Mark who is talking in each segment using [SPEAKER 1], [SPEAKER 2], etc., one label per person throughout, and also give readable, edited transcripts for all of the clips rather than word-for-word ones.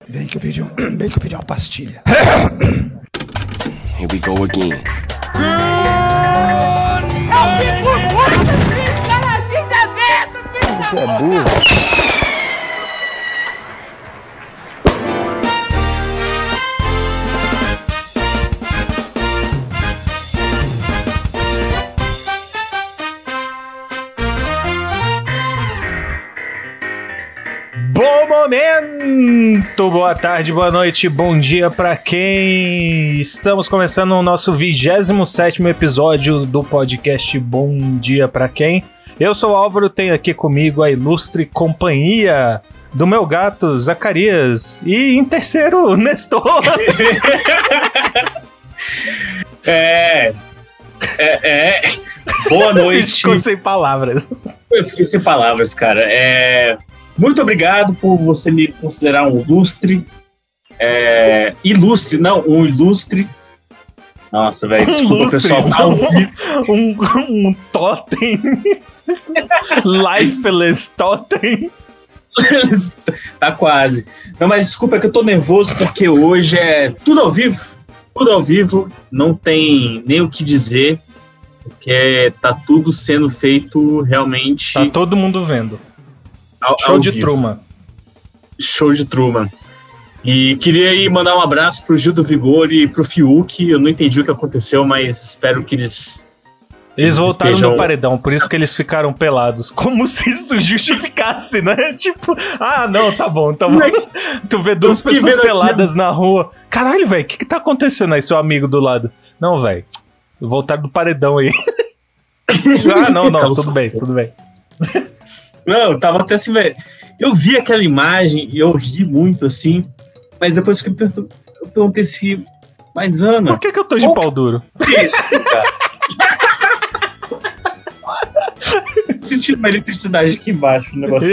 [SPEAKER 1] Bem que eu pedi uma pastilha.
[SPEAKER 2] Here we go again.
[SPEAKER 3] Você é burro.
[SPEAKER 4] Bom momento, boa tarde, boa noite, bom dia pra quem... Estamos começando o nosso 27º episódio do podcast Bom Dia Pra Quem. Eu sou o Álvaro, tenho aqui comigo a ilustre companhia do meu gato, Zacarias, e em terceiro, Nestor.
[SPEAKER 5] Boa noite.
[SPEAKER 4] Ficou sem palavras.
[SPEAKER 5] Eu fiquei sem palavras, cara. Muito obrigado por você me considerar um ilustre. Um ilustre. Nossa, velho, desculpa, pessoal. Tá ao vivo.
[SPEAKER 4] Um totem. Lifeless totem.
[SPEAKER 5] Tá quase. Não, mas desculpa, é que eu tô nervoso porque hoje é tudo ao vivo. Tudo ao vivo, não tem nem o que dizer, porque tá tudo sendo feito realmente.
[SPEAKER 4] Tá todo mundo vendo.
[SPEAKER 5] Show de Truman. Show de Truman. E queria aí mandar um abraço pro Gil do Vigor e pro Fiuk. Eu não entendi o que aconteceu, mas espero que eles
[SPEAKER 4] voltaram
[SPEAKER 5] estejam...
[SPEAKER 4] no paredão, por isso que eles ficaram pelados. Como se isso justificasse, né? Tipo, não, tá bom. Tu vê duas pessoas peladas na rua. Caralho, velho, o que tá acontecendo aí, seu amigo do lado? Não, velho, voltaram do paredão aí. Não, tudo bem.
[SPEAKER 5] Não, tava até assim, velho. Eu vi aquela imagem e eu ri muito, assim, mas depois que eu perguntei assim, mas Ana...
[SPEAKER 4] Por que eu tô de pau duro?
[SPEAKER 5] Por que isso, cara? Sentindo uma eletricidade aqui embaixo, o negócio.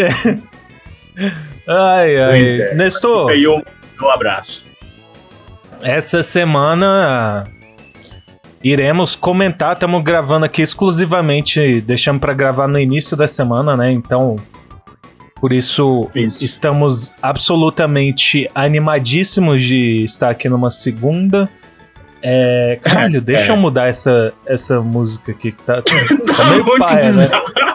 [SPEAKER 4] Ai. Nestor.
[SPEAKER 5] Aí um abraço.
[SPEAKER 4] Essa semana iremos comentar, estamos gravando aqui exclusivamente, deixamos para gravar no início da semana, né? Então, por isso estamos absolutamente animadíssimos de estar aqui numa segunda. Caralho, deixa eu mudar essa música aqui que tá meio paia, né?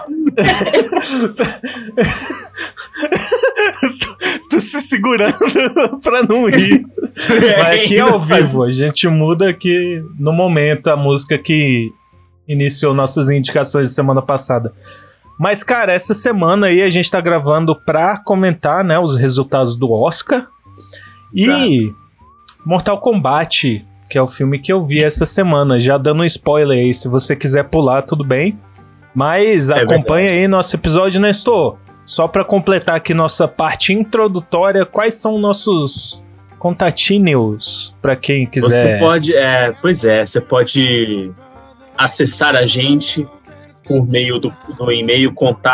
[SPEAKER 4] Tô se segurando pra não rir. Mas aqui ao vivo, a gente muda aqui no momento a música que iniciou nossas indicações da semana passada. Mas, cara, essa semana aí a gente tá gravando pra comentar, né, os resultados do Oscar. E Mortal Kombat, que é o filme que eu vi essa semana. Já dando um spoiler aí, se você quiser pular, tudo bem. Mas acompanha aí nosso episódio, Nestor. Só pra completar aqui nossa parte introdutória, quais são nossos contatinhos pra quem quiser?
[SPEAKER 5] Você pode acessar a gente por meio do e-mail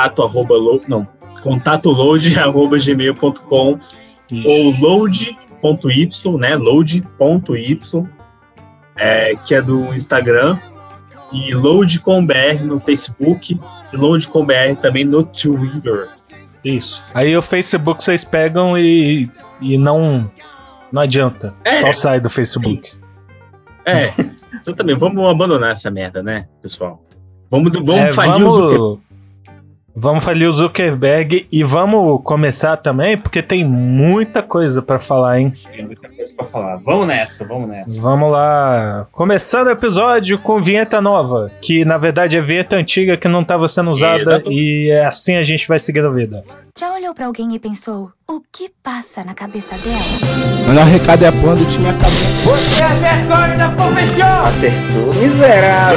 [SPEAKER 5] contatoload@gmail.com ou load.y, né? Load.y, que é do Instagram, e load.com.br no Facebook e load.com.br também no Twitter.
[SPEAKER 4] Isso. Aí o Facebook vocês pegam e não adianta. Só sai do Facebook.
[SPEAKER 5] Exatamente. Vamos abandonar essa merda, né, pessoal? Vamos falir o Zuckerberg.
[SPEAKER 4] Vamos falir o Zuckerberg e vamos começar também, porque tem muita coisa pra falar, hein?
[SPEAKER 5] Tem muita coisa pra falar. Vamos nessa.
[SPEAKER 4] Vamos lá. Começando o episódio com vinheta nova, que na verdade é vinheta antiga que não estava sendo usada, e assim a gente vai seguindo a vida.
[SPEAKER 6] Já olhou pra alguém e pensou, o que passa na cabeça dela?
[SPEAKER 3] Mandar um recado é quando tinha acabado.
[SPEAKER 7] Você é vergonha da profissão!
[SPEAKER 3] Acertou, miserável.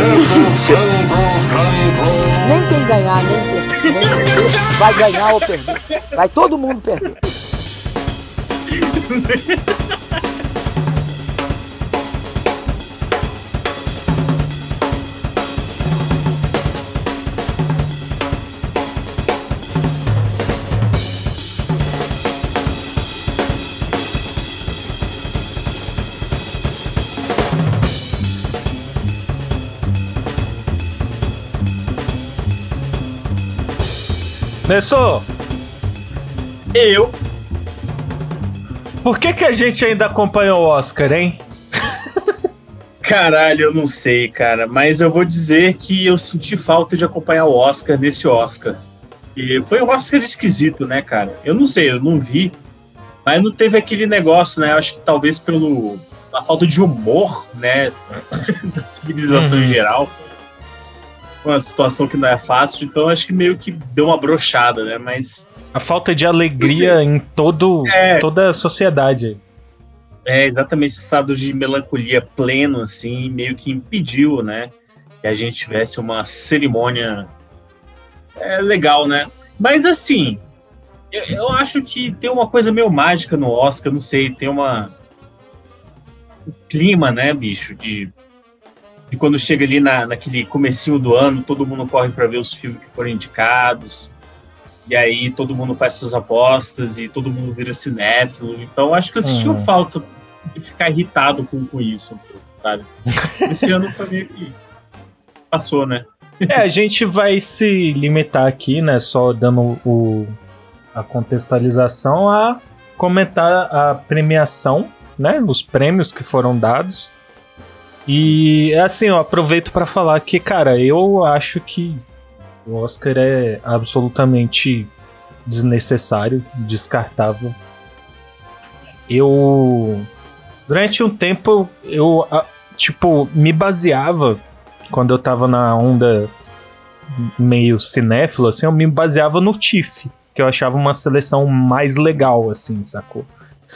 [SPEAKER 7] Nem quem ganhar, nem quem perder, vai ganhar ou perder. Vai todo mundo perder.
[SPEAKER 4] Nestor,
[SPEAKER 5] Eu
[SPEAKER 4] por que a gente ainda acompanha o Oscar, hein?
[SPEAKER 5] Caralho, eu não sei, cara. Mas eu vou dizer que eu senti falta de acompanhar o Oscar nesse Oscar. E foi um Oscar esquisito, né, cara? Eu não sei, eu não vi. Mas não teve aquele negócio, né? Eu acho que talvez pela falta de humor, né? Da civilização em geral. Uma situação que não é fácil. Então acho que meio que deu uma brochada, né? Mas...
[SPEAKER 4] A falta de alegria em toda a sociedade.
[SPEAKER 5] É, exatamente esse estado de melancolia pleno, assim, meio que impediu, né, que a gente tivesse uma cerimônia legal, né? Mas, assim, eu acho que tem uma coisa meio mágica no Oscar, não sei, tem um clima, né, bicho, de quando chega ali naquele comecinho do ano, todo mundo corre para ver os filmes que foram indicados, e aí todo mundo faz suas apostas e todo mundo vira cinéfilo. Então acho que eu senti falta de ficar irritado com isso, sabe? Esse ano foi meio que passou, né?
[SPEAKER 4] A gente vai se limitar aqui, né? Só dando a contextualização a comentar a premiação, né? Os prêmios que foram dados. E assim, eu aproveito para falar que, cara, eu acho que o Oscar é absolutamente desnecessário, descartável. Durante um tempo, eu me baseava, quando eu tava na onda meio cinéfilo, assim, eu me baseava no TIFF, que eu achava uma seleção mais legal, assim, sacou?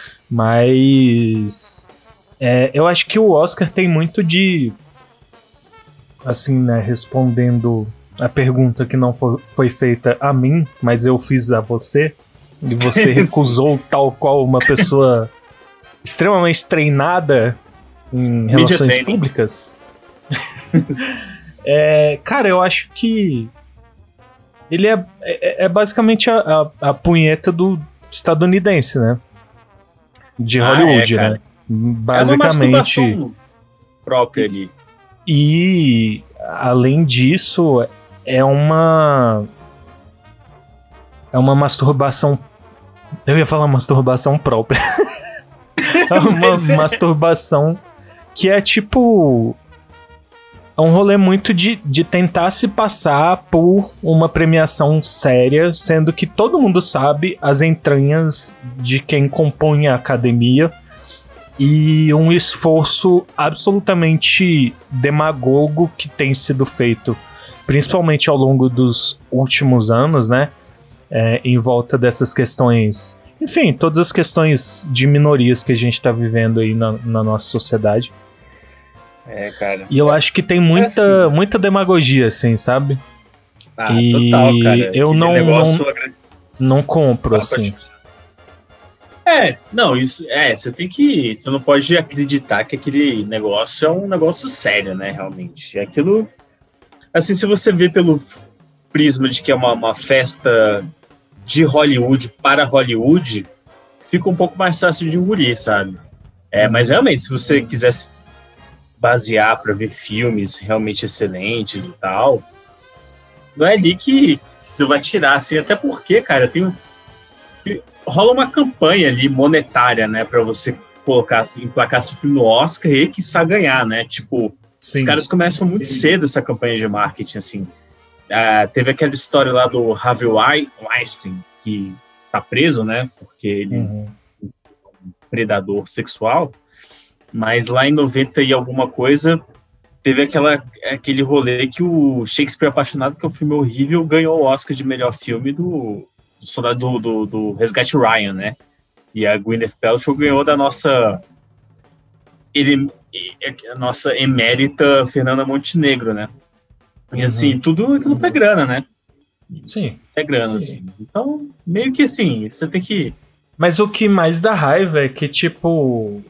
[SPEAKER 4] Mas... eu acho que o Oscar tem muito de... Assim, né, respondendo... A pergunta que não foi feita a mim, mas eu fiz a você, e você recusou tal qual uma pessoa extremamente treinada em relações públicas. Cara, eu acho que ele é basicamente a punheta do estadunidense, né? De Hollywood, né? Basicamente.
[SPEAKER 5] É uma masturbação própria ali.
[SPEAKER 4] E, além disso... É uma masturbação... Eu ia falar masturbação própria. É uma masturbação que é tipo... É um rolê muito de tentar se passar por uma premiação séria, sendo que todo mundo sabe as entranhas de quem compõe a academia e um esforço absolutamente demagogo que tem sido feito principalmente ao longo dos últimos anos, né, em volta dessas questões, enfim, todas as questões de minorias que a gente tá vivendo aí na nossa sociedade.
[SPEAKER 5] Cara.
[SPEAKER 4] E eu acho que tem muita demagogia, assim, sabe? E
[SPEAKER 5] total, cara.
[SPEAKER 4] Eu não compro, assim.
[SPEAKER 5] Não, isso... Você não pode acreditar que aquele negócio é um negócio sério, né, realmente. Aquilo... Assim, se você vê pelo prisma de que é uma festa de Hollywood para Hollywood, fica um pouco mais fácil de engolir, sabe? Mas realmente, se você quisesse basear para ver filmes realmente excelentes e tal, não é ali que você vai tirar, assim, até porque, cara, rola uma campanha ali monetária, né, para você colocar, emplacar seu filme no Oscar e quiçá ganhar, né? Tipo, sim, os caras começam muito cedo essa campanha de marketing, assim. Teve aquela história lá do Harvey Weinstein, que tá preso, né? Porque ele é um predador sexual. Mas lá em 90 e alguma coisa, teve aquele rolê que o Shakespeare Apaixonado, que é um filme horrível, ganhou o Oscar de melhor filme do Resgate Ryan, né? E a Gwyneth Paltrow ganhou da nossa emérita Fernanda Montenegro, né? E assim, tudo aquilo foi grana, né?
[SPEAKER 4] Sim.
[SPEAKER 5] É grana, assim. Então, meio que assim, você tem que...
[SPEAKER 4] Mas o que mais dá raiva é que, tipo...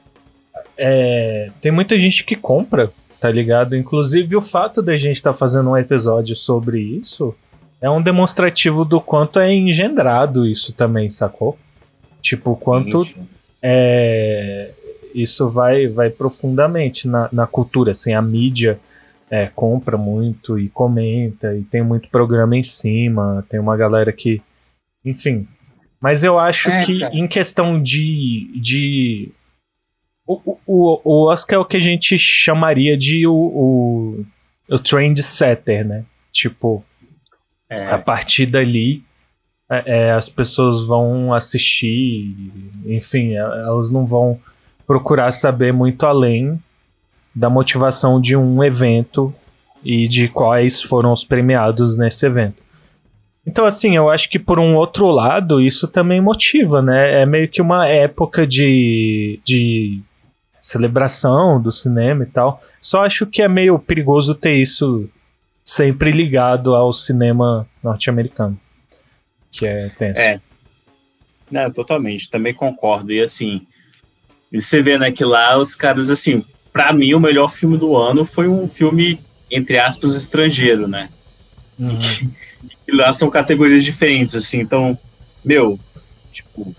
[SPEAKER 4] tem muita gente que compra, tá ligado? Inclusive, o fato da gente estar fazendo um episódio sobre isso é um demonstrativo do quanto é engendrado isso também, sacou? Tipo, quanto isso vai profundamente na cultura, assim, a mídia compra muito e comenta, e tem muito programa em cima, tem uma galera que, enfim, Mas eu acho que
[SPEAKER 5] cara.
[SPEAKER 4] em questão de o Oscar é o que a gente chamaria de o trendsetter, né? Tipo, a partir dali as pessoas vão assistir, enfim, elas não vão procurar saber muito além da motivação de um evento e de quais foram os premiados nesse evento. Então, assim, eu acho que por um outro lado, isso também motiva, né? É meio que uma época de celebração do cinema e tal. Só acho que é meio perigoso ter isso sempre ligado ao cinema norte-americano, que é tenso.
[SPEAKER 5] Não, totalmente, também concordo. E assim, você vê, né, que lá os caras, assim, pra mim o melhor filme do ano foi um filme, entre aspas, estrangeiro, né? E lá são categorias diferentes, assim, então, meu, tipo,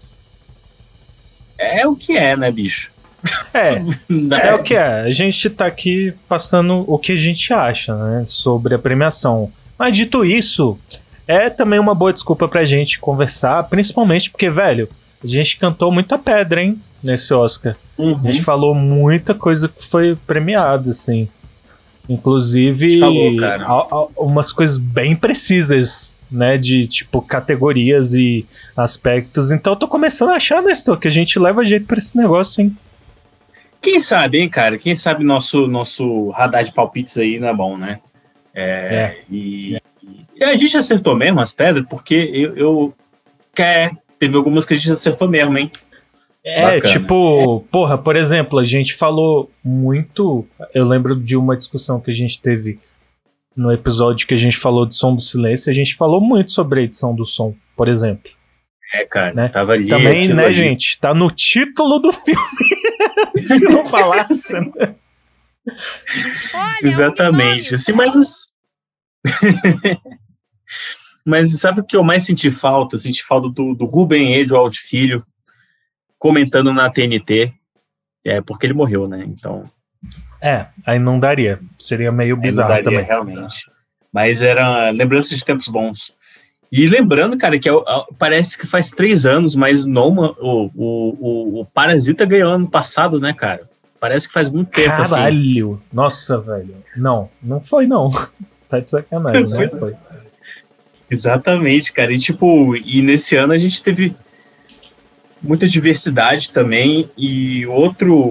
[SPEAKER 5] é o que é, né, bicho?
[SPEAKER 4] É o que é. A gente tá aqui passando o que a gente acha, né, sobre a premiação. Mas dito isso, é também uma boa desculpa pra gente conversar, principalmente porque, velho, a gente cantou muita pedra, hein, nesse Oscar. A gente falou muita coisa que foi premiada, assim. Inclusive, umas coisas bem precisas, né, de, tipo, categorias e aspectos. Então eu tô começando a achar, Nestor, que a gente leva jeito pra esse negócio, hein?
[SPEAKER 5] Quem sabe, hein, cara? Quem sabe nosso radar de palpites aí não é bom, né? E a gente acertou mesmo as pedras, porque teve algumas que a gente acertou mesmo, hein? Bacana.
[SPEAKER 4] Tipo, porra, por exemplo, a gente falou muito. Eu lembro de uma discussão que a gente teve no episódio que a gente falou de Som do Silêncio. A gente falou muito sobre a edição do som, por exemplo.
[SPEAKER 5] Cara,
[SPEAKER 4] né?
[SPEAKER 5] Tava ali.
[SPEAKER 4] Também, né,
[SPEAKER 5] ali.
[SPEAKER 4] gente? Tá no título do filme. Se não falasse, né?
[SPEAKER 5] Exatamente. Assim, mas sabe o que eu mais senti falta? Senti falta do Ruben Edwald Filho comentando na TNT. Porque ele morreu, né? Então.
[SPEAKER 4] Aí não daria. Seria meio bizarro
[SPEAKER 5] não daria,
[SPEAKER 4] também.
[SPEAKER 5] Realmente. Mas era lembrança de tempos bons. E lembrando, cara, que parece que faz 3 anos, mas o Parasita ganhou ano passado, né, cara? Parece que faz muito tempo, assim.
[SPEAKER 4] Caralho! Nossa, velho. Não foi, não. Tá de sacanagem, né? Foi.
[SPEAKER 5] Exatamente, cara. E, tipo, nesse ano a gente teve muita diversidade também e outro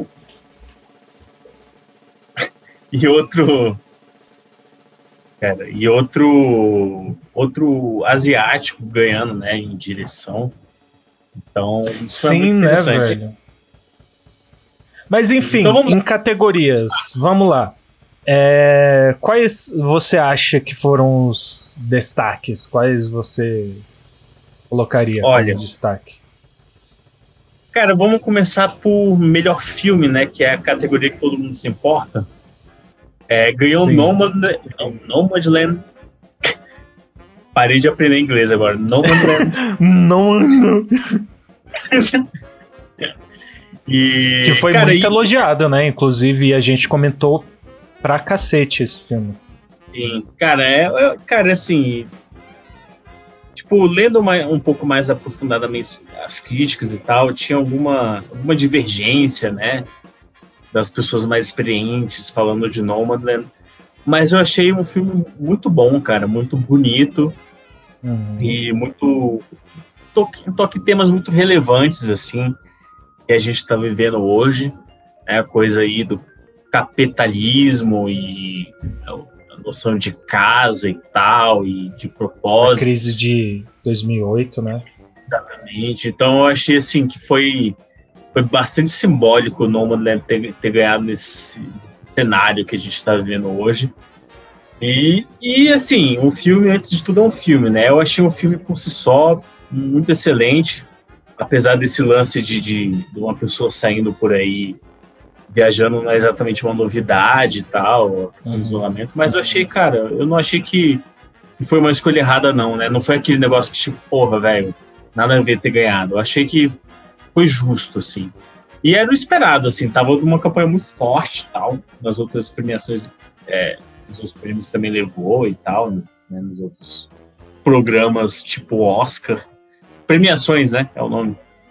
[SPEAKER 5] asiático ganhando, né, em direção. Então, isso
[SPEAKER 4] sim, né, velho? Mas enfim, então em categorias, vamos lá. Quais você acha que foram os destaques? Quais você colocaria como destaque?
[SPEAKER 5] Cara, vamos começar por melhor filme, né? Que é a categoria que todo mundo se importa. Ganhou Nomadland. Parei de aprender inglês agora. Nomadland.
[SPEAKER 4] Que foi muito elogiado, né? Inclusive, a gente comentou pra cacete esse filme.
[SPEAKER 5] Sim, cara, assim... Tipo, lendo um pouco mais aprofundadamente as críticas e tal, tinha alguma divergência, né? Das pessoas mais experientes falando de Nomadland. Mas eu achei um filme muito bom, cara. Muito bonito. E muito... Toque temas muito relevantes, assim, que a gente tá vivendo hoje. A coisa aí do capitalismo e a noção de casa e tal, e de propósito.
[SPEAKER 4] A crise de 2008, né?
[SPEAKER 5] Exatamente. Então eu achei, assim, que foi bastante simbólico o Nomadland ter ganhado nesse cenário que a gente está vivendo hoje. E, assim, o filme, antes de tudo, é um filme, né? Eu achei um filme por si só muito excelente, apesar desse lance de uma pessoa saindo por aí viajando não é exatamente uma novidade e tal, isolamento, mas eu achei, cara, eu não achei que foi uma escolha errada, não, né? Não foi aquele negócio que, tipo, porra, velho, nada a ver ter ganhado. Eu achei que foi justo, assim. E era o esperado, assim, tava uma campanha muito forte e tal, nas outras premiações, nos outros prêmios também levou e tal, né? Nos outros programas, tipo Oscar. premiações, né? É o nome.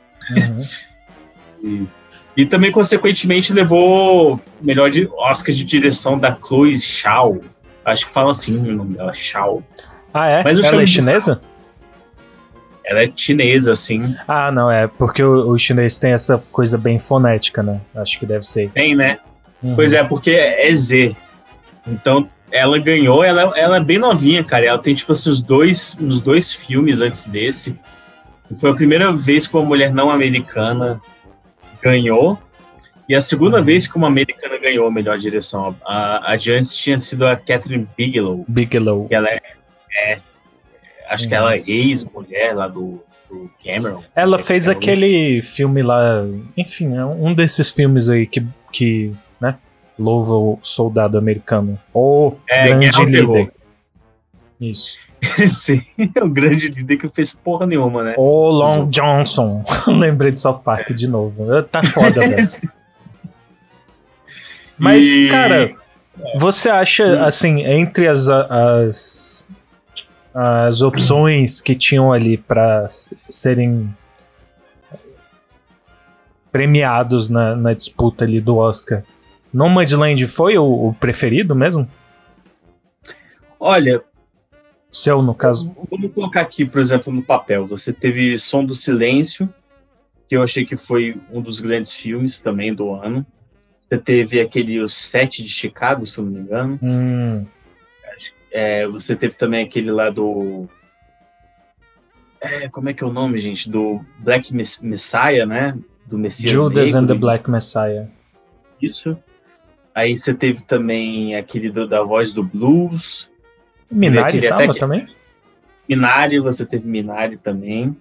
[SPEAKER 5] E também, consequentemente, levou melhor Oscar de direção da Chloe Zhao. Acho que fala assim o nome dela, Zhao.
[SPEAKER 4] Ah, é?
[SPEAKER 5] Mas
[SPEAKER 4] ela é chinesa?
[SPEAKER 5] Ela é chinesa, assim.
[SPEAKER 4] Ah, não, é porque o chinês tem essa coisa bem fonética, né? Acho que deve ser.
[SPEAKER 5] Tem, né? Pois é, porque é Z. Então, ela ganhou, ela é bem novinha, cara. Ela tem, tipo assim, uns dois filmes antes desse. Foi a primeira vez que uma mulher não americana ganhou. E a segunda vez que uma americana ganhou a melhor direção. A de antes tinha sido a Catherine Bigelow.
[SPEAKER 4] Bigelow.
[SPEAKER 5] Que ela acho que ela é ex-mulher lá do Cameron.
[SPEAKER 4] Ela fez aquele filme lá, enfim, é um desses filmes aí que né, louva o soldado americano. O grande líder. Isso.
[SPEAKER 5] Sim, é o grande líder que não fez porra nenhuma, né?
[SPEAKER 4] O Long Johnson. Lembrei de South Park de novo. Tá foda, velho. Mas, cara, você acha, assim, entre as opções que tinham ali pra serem premiados na disputa ali do Oscar, Nomadland foi o preferido mesmo?
[SPEAKER 5] Olha,
[SPEAKER 4] seu, no caso.
[SPEAKER 5] Vamos colocar aqui, por exemplo, no papel. Você teve Som do Silêncio, que eu achei que foi um dos grandes filmes também do ano. Você teve aquele O Sete de Chicago, se eu não me engano. Você teve também aquele lá do... como é que é o nome, gente? Do Black Messiah, né? Do Messias
[SPEAKER 4] Judas
[SPEAKER 5] Negro,
[SPEAKER 4] and the Black Messiah.
[SPEAKER 5] Isso. Aí você teve também aquele da Voz do Blues.
[SPEAKER 4] Minari tava também?
[SPEAKER 5] Minari, você teve Minari também.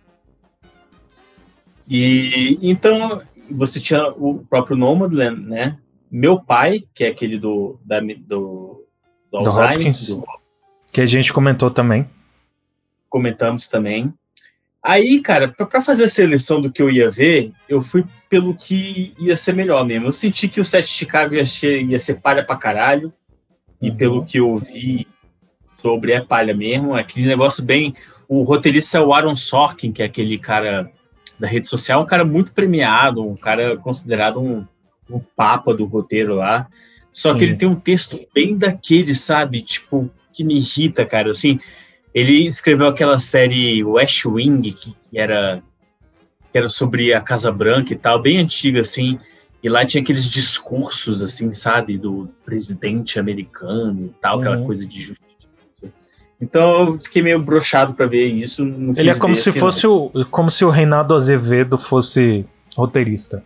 [SPEAKER 5] E então você tinha o próprio Nomadland, né? Meu Pai, que é aquele do Alzheimer,
[SPEAKER 4] Hopkins, que a gente comentou também.
[SPEAKER 5] Comentamos também. Aí, cara, pra fazer a seleção do que eu ia ver, eu fui pelo que ia ser melhor mesmo. Eu senti que o Sete de Chicago ia ser palha pra caralho. E pelo que eu vi sobre palha mesmo. Aquele negócio bem... O roteirista é o Aaron Sorkin, que é aquele cara da rede social, um cara muito premiado, um cara considerado um papa do roteiro lá. Só Sim. que ele tem um texto bem daquele, sabe? Tipo, que me irrita, cara. Assim, ele escreveu aquela série West Wing, que era sobre a Casa Branca e tal, bem antiga, assim. E lá tinha aqueles discursos, assim, sabe? Do presidente americano e tal, aquela coisa de justiça. Então eu fiquei meio broxado pra ver isso.
[SPEAKER 4] Ele é como se fosse como se o Reinaldo Azevedo fosse roteirista.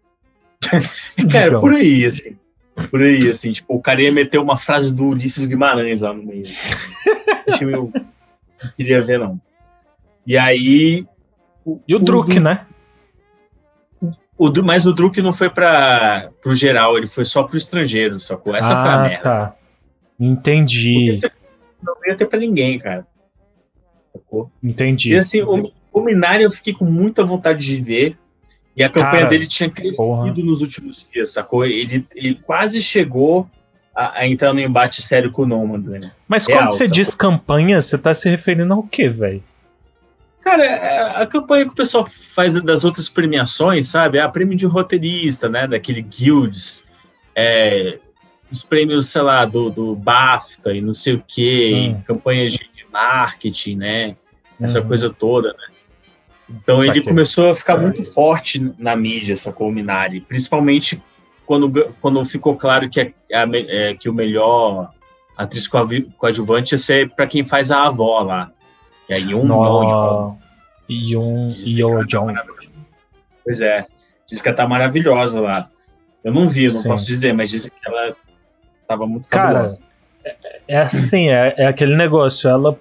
[SPEAKER 5] Cara, por aí, assim. Tipo, o cara ia meter uma frase do Ulisses Guimarães lá no meio. Assim. Não queria ver, não. E aí...
[SPEAKER 4] E o Druk, né?
[SPEAKER 5] Mas o Druk não foi pro geral, ele foi só pro estrangeiro, sacou? Essa foi a merda.
[SPEAKER 4] Tá. Entendi.
[SPEAKER 5] Não ia ter pra ninguém, cara. Sacou?
[SPEAKER 4] Entendi.
[SPEAKER 5] E assim, o Minari eu fiquei com muita vontade de ver. E a campanha dele tinha crescido nos últimos dias, sacou? Ele quase chegou a entrar no embate sério com o Nomadland.
[SPEAKER 4] Mas quando você diz campanha, você tá se referindo ao quê, velho?
[SPEAKER 5] Cara, a campanha que o pessoal faz das outras premiações, sabe? A prêmio de roteirista, né? Daquele Guilds. Os prêmios, sei lá, do BAFTA e não sei o quê. Campanhas de marketing, né? Essa coisa toda, né? Então ele começou a ficar muito forte na mídia, sacou, o Minari. Principalmente quando ficou claro que o melhor atriz coadjuvante ia ser pra quem faz a avó lá. E aí
[SPEAKER 4] Yo-Jong.
[SPEAKER 5] Pois é. Diz que ela tá maravilhosa lá. Eu não vi, não posso dizer, mas dizem que ela tava muito cabulosa.
[SPEAKER 4] Cara, é assim, é aquele negócio. Ela...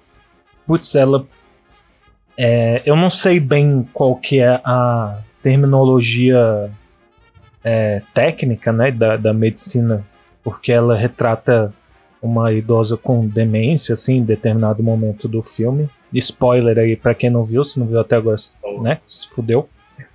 [SPEAKER 4] eu não sei bem qual que é a terminologia técnica, né, da medicina, porque ela retrata uma idosa com demência, assim, em determinado momento do filme. Spoiler aí pra quem não viu, se não viu até agora, né, se fudeu.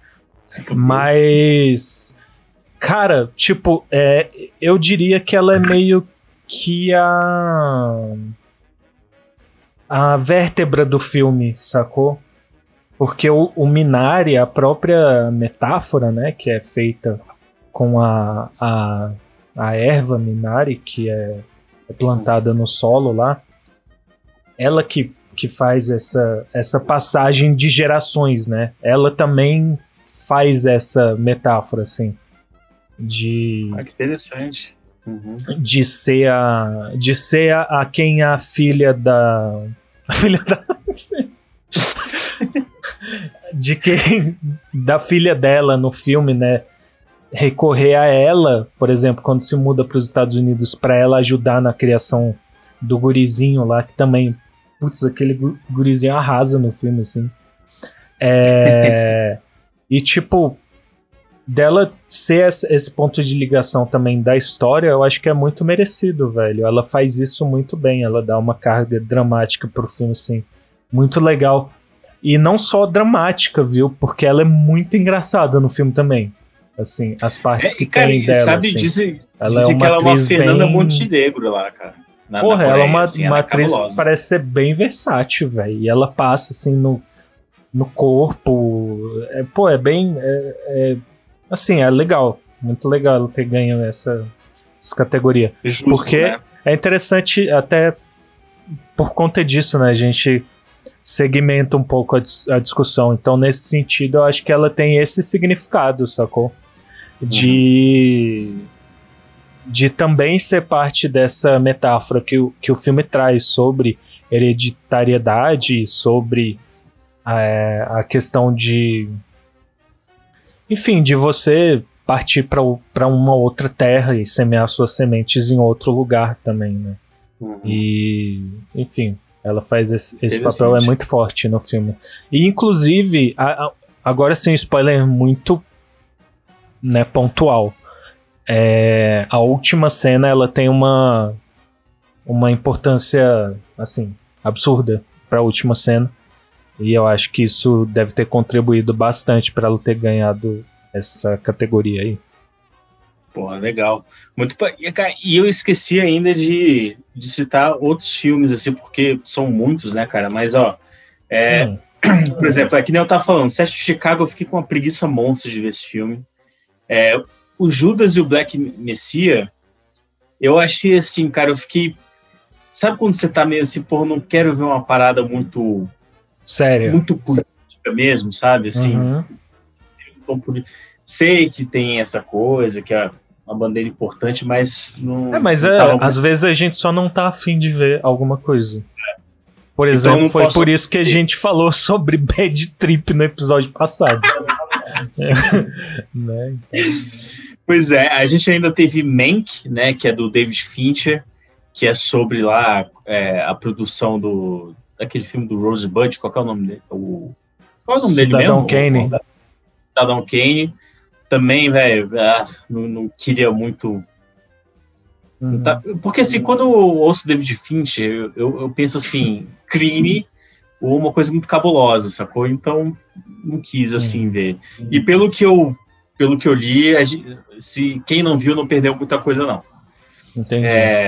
[SPEAKER 4] Mas, cara, tipo, eu diria que ela é meio que a vértebra do filme, sacou? Porque o Minari, a própria metáfora, né, que é feita com a erva Minari, que é plantada no solo lá, ela que faz essa passagem de gerações, né? Ela também faz essa metáfora, assim, de...
[SPEAKER 5] Que interessante. Uhum.
[SPEAKER 4] De ser a quem a filha da... A filha da... de quem... Da filha dela no filme, né? Recorrer a ela, por exemplo, quando se muda para os Estados Unidos, para ela ajudar na criação do gurizinho lá, que também... Putz, aquele gurizinho arrasa no filme, assim. E, tipo, dela ser esse ponto de ligação também da história, eu acho que é muito merecido, velho. Ela faz isso muito bem, ela dá uma carga dramática pro filme, assim, muito legal. E não só dramática, viu? Porque ela é muito engraçada no filme também. Assim, as partes que tem dela,
[SPEAKER 5] sabe,
[SPEAKER 4] assim.
[SPEAKER 5] Dizem
[SPEAKER 4] Ela
[SPEAKER 5] que ela é uma Fernanda
[SPEAKER 4] bem...
[SPEAKER 5] Montenegro lá, cara.
[SPEAKER 4] Porra, ela é uma atriz
[SPEAKER 5] cabulosa.
[SPEAKER 4] que parece ser bem versátil, velho. E ela passa, assim, no corpo. É bem... assim, é legal. Muito legal ela ter ganho essa categoria.
[SPEAKER 5] Justo,
[SPEAKER 4] porque
[SPEAKER 5] né?
[SPEAKER 4] é interessante, até por conta disso, né? A gente segmenta um pouco a discussão. Então, nesse sentido, eu acho que ela tem esse significado, sacou? De também ser parte dessa metáfora que o filme traz sobre hereditariedade, sobre a questão de... Enfim, de você partir para uma outra terra e semear suas sementes em outro lugar também, né? E, enfim, ela faz esse papel, é muito forte no filme. E, inclusive, agora sim, spoiler muito, né, pontual. A última cena, ela tem uma importância, assim, absurda para a última cena. E eu acho que isso deve ter contribuído bastante para ela ter ganhado essa categoria aí.
[SPEAKER 5] Pô, legal. E eu esqueci ainda de citar outros filmes, assim, porque são muitos, né, cara? Mas, ó, por exemplo, que nem eu tava falando, Sete de Chicago, eu fiquei com uma preguiça monstra de ver esse filme. O Judas e o Black Messiah, eu achei assim, cara, eu fiquei... Sabe quando você tá meio assim, pô, não quero ver uma parada muito...
[SPEAKER 4] Sério?
[SPEAKER 5] Muito política mesmo, sabe? Assim, sei que tem essa coisa, que é uma bandeira importante, mas não...
[SPEAKER 4] às vezes a gente só não tá afim de ver alguma coisa. Por exemplo, então, foi por isso que a gente falou sobre Bad Trip no episódio passado. Né?
[SPEAKER 5] Pois é, a gente ainda teve Mank, né, que é do David Fincher, que é sobre lá a produção daquele filme do Rosebud, qual é o nome dele? Qual é o nome dele mesmo? Cidadão Kane. Também, velho, não queria muito... Porque assim, quando eu ouço David Fincher, eu penso assim, crime ou uma coisa muito cabulosa, sacou? Então, não quis assim ver. E pelo que eu li, quem não viu não perdeu muita coisa, não.
[SPEAKER 4] Entendi.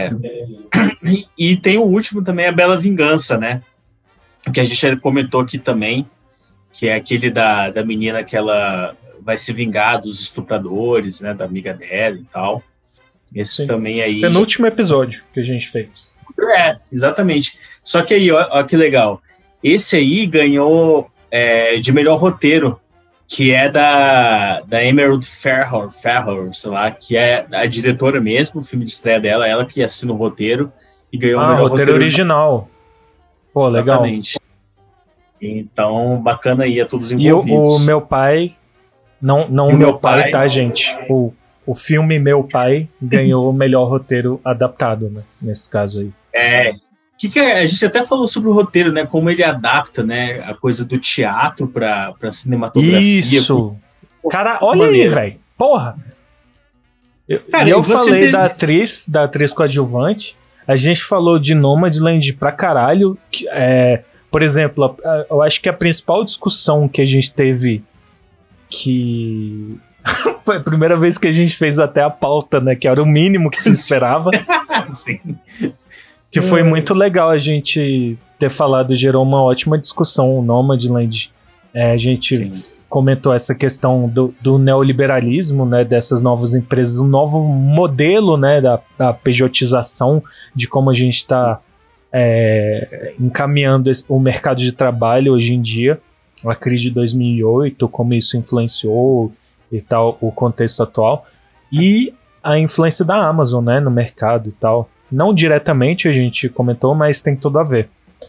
[SPEAKER 5] E tem o último também, A Bela Vingança, né? Que a gente já comentou aqui também, que é aquele da menina que ela vai se vingar dos estupradores, né? Da amiga dela e tal. Esse também aí...
[SPEAKER 4] Penúltimo episódio que a gente fez.
[SPEAKER 5] Exatamente. Só que aí, ó que legal. Esse aí ganhou de melhor roteiro, que é da Emerald Fernand, sei lá, que é a diretora mesmo, o filme de estreia dela, ela que assina o roteiro e ganhou o melhor
[SPEAKER 4] roteiro original. Pô, legal.
[SPEAKER 5] Exatamente. Então, bacana aí a todos envolvidos.
[SPEAKER 4] E o Meu Pai, não o Meu Pai, tá, gente? O filme Meu Pai ganhou o melhor roteiro adaptado, né? Nesse caso aí.
[SPEAKER 5] A gente até falou sobre o roteiro, né? Como ele adapta, né? A coisa do teatro pra cinematografia.
[SPEAKER 4] Isso! Cara, olha aí, velho. Porra! Eu falei da atriz coadjuvante. A gente falou de Nomadland pra caralho. Por exemplo, eu acho que a principal discussão que a gente teve, que foi a primeira vez que a gente fez até a pauta, né? Que era o mínimo que se esperava.
[SPEAKER 5] Sim.
[SPEAKER 4] Que foi muito legal a gente ter falado, gerou uma ótima discussão, o Nomadland. A gente
[SPEAKER 5] Sim.
[SPEAKER 4] comentou essa questão do neoliberalismo, né, dessas novas empresas, um novo modelo, né, da pejotização, de como a gente está encaminhando o mercado de trabalho hoje em dia, a crise de 2008, como isso influenciou e tal, o contexto atual, e a influência da Amazon, né, no mercado e tal. Não diretamente a gente comentou, mas tem tudo a ver.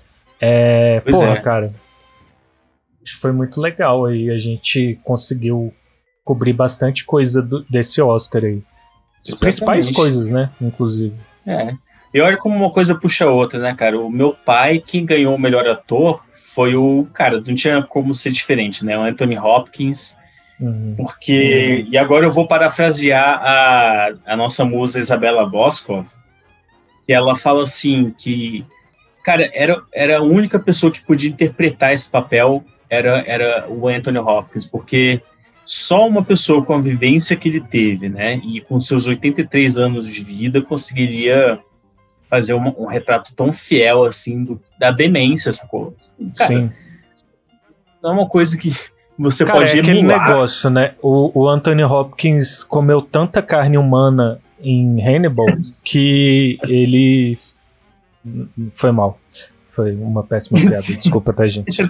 [SPEAKER 4] Cara, foi muito legal aí, a gente conseguiu cobrir bastante coisa desse Oscar aí. As principais coisas, né, inclusive.
[SPEAKER 5] E olha como uma coisa puxa a outra, né, cara? O meu pai, quem ganhou o melhor ator, foi o... Cara, não tinha como ser diferente, né? O Anthony Hopkins, porque... E agora eu vou parafrasear a nossa musa Isabella Boscov, que ela fala assim, que... Cara, era a única pessoa que podia interpretar esse papel, era o Anthony Hopkins, porque só uma pessoa com a vivência que ele teve, né, e com seus 83 anos de vida, conseguiria fazer um retrato tão fiel, assim, da demência, sacou? Cara, sim. Não é uma coisa que você pode emular.
[SPEAKER 4] Aquele negócio, né, o Anthony Hopkins comeu tanta carne humana em Hannibal que ele... Foi mal. Foi uma péssima piada. Desculpa, tá, gente?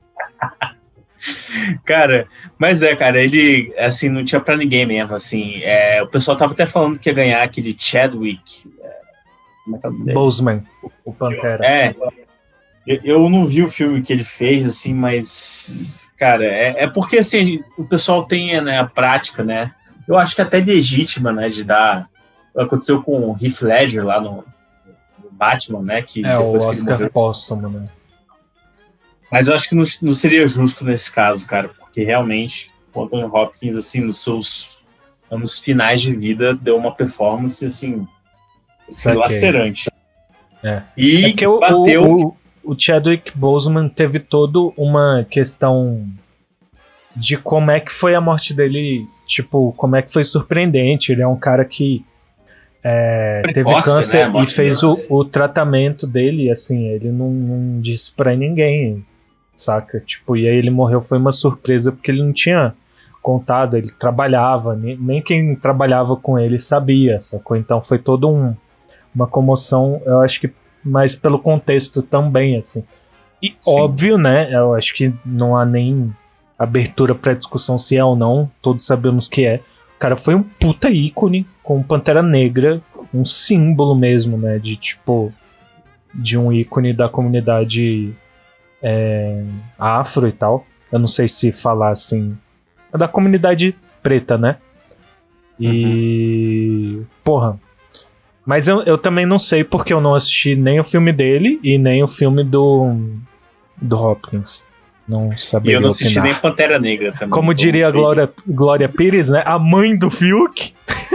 [SPEAKER 5] Cara, mas cara, ele, assim, não tinha pra ninguém mesmo, assim. O pessoal tava até falando que ia ganhar aquele Chadwick. Como é que é o nome dele?
[SPEAKER 4] Boseman, o Pantera.
[SPEAKER 5] Eu não vi o filme que ele fez, assim, mas... Cara, porque, assim, o pessoal tem, né, a prática, né? Eu acho que até legítima, né, de dar... Aconteceu com o Heath Ledger lá no Batman, né? Que
[SPEAKER 4] o Oscar póstumo, né?
[SPEAKER 5] Mas eu acho que não seria justo nesse caso, cara, porque realmente o Anthony Hopkins, assim, nos seus anos finais de vida, deu uma performance, assim, lacerante. E
[SPEAKER 4] que bateu... O Chadwick Boseman teve toda uma questão de como é que foi a morte dele, tipo, como é que foi surpreendente. Ele é um cara que teve câncer, né, e fez o tratamento dele, assim, ele não disse pra ninguém, saca? Tipo, e aí ele morreu, foi uma surpresa, porque ele não tinha contado, ele trabalhava, nem quem trabalhava com ele sabia, sacou? Então foi toda uma comoção, eu acho que mais pelo contexto também, assim. E sim, óbvio, né, eu acho que não há nem abertura pra discussão se é ou não, todos sabemos que é. O cara foi um puta ícone com Pantera Negra, um símbolo mesmo, né, de tipo, de um ícone da comunidade afro e tal. Eu não sei se falar assim, é da comunidade preta, né? E porra, mas eu também não sei porque eu não assisti nem o filme dele e nem o filme do Hopkins. Não sabia.
[SPEAKER 5] E eu não assisti nem Pantera Negra também.
[SPEAKER 4] Como diria a Glória Pires, né? A mãe do Fiuk.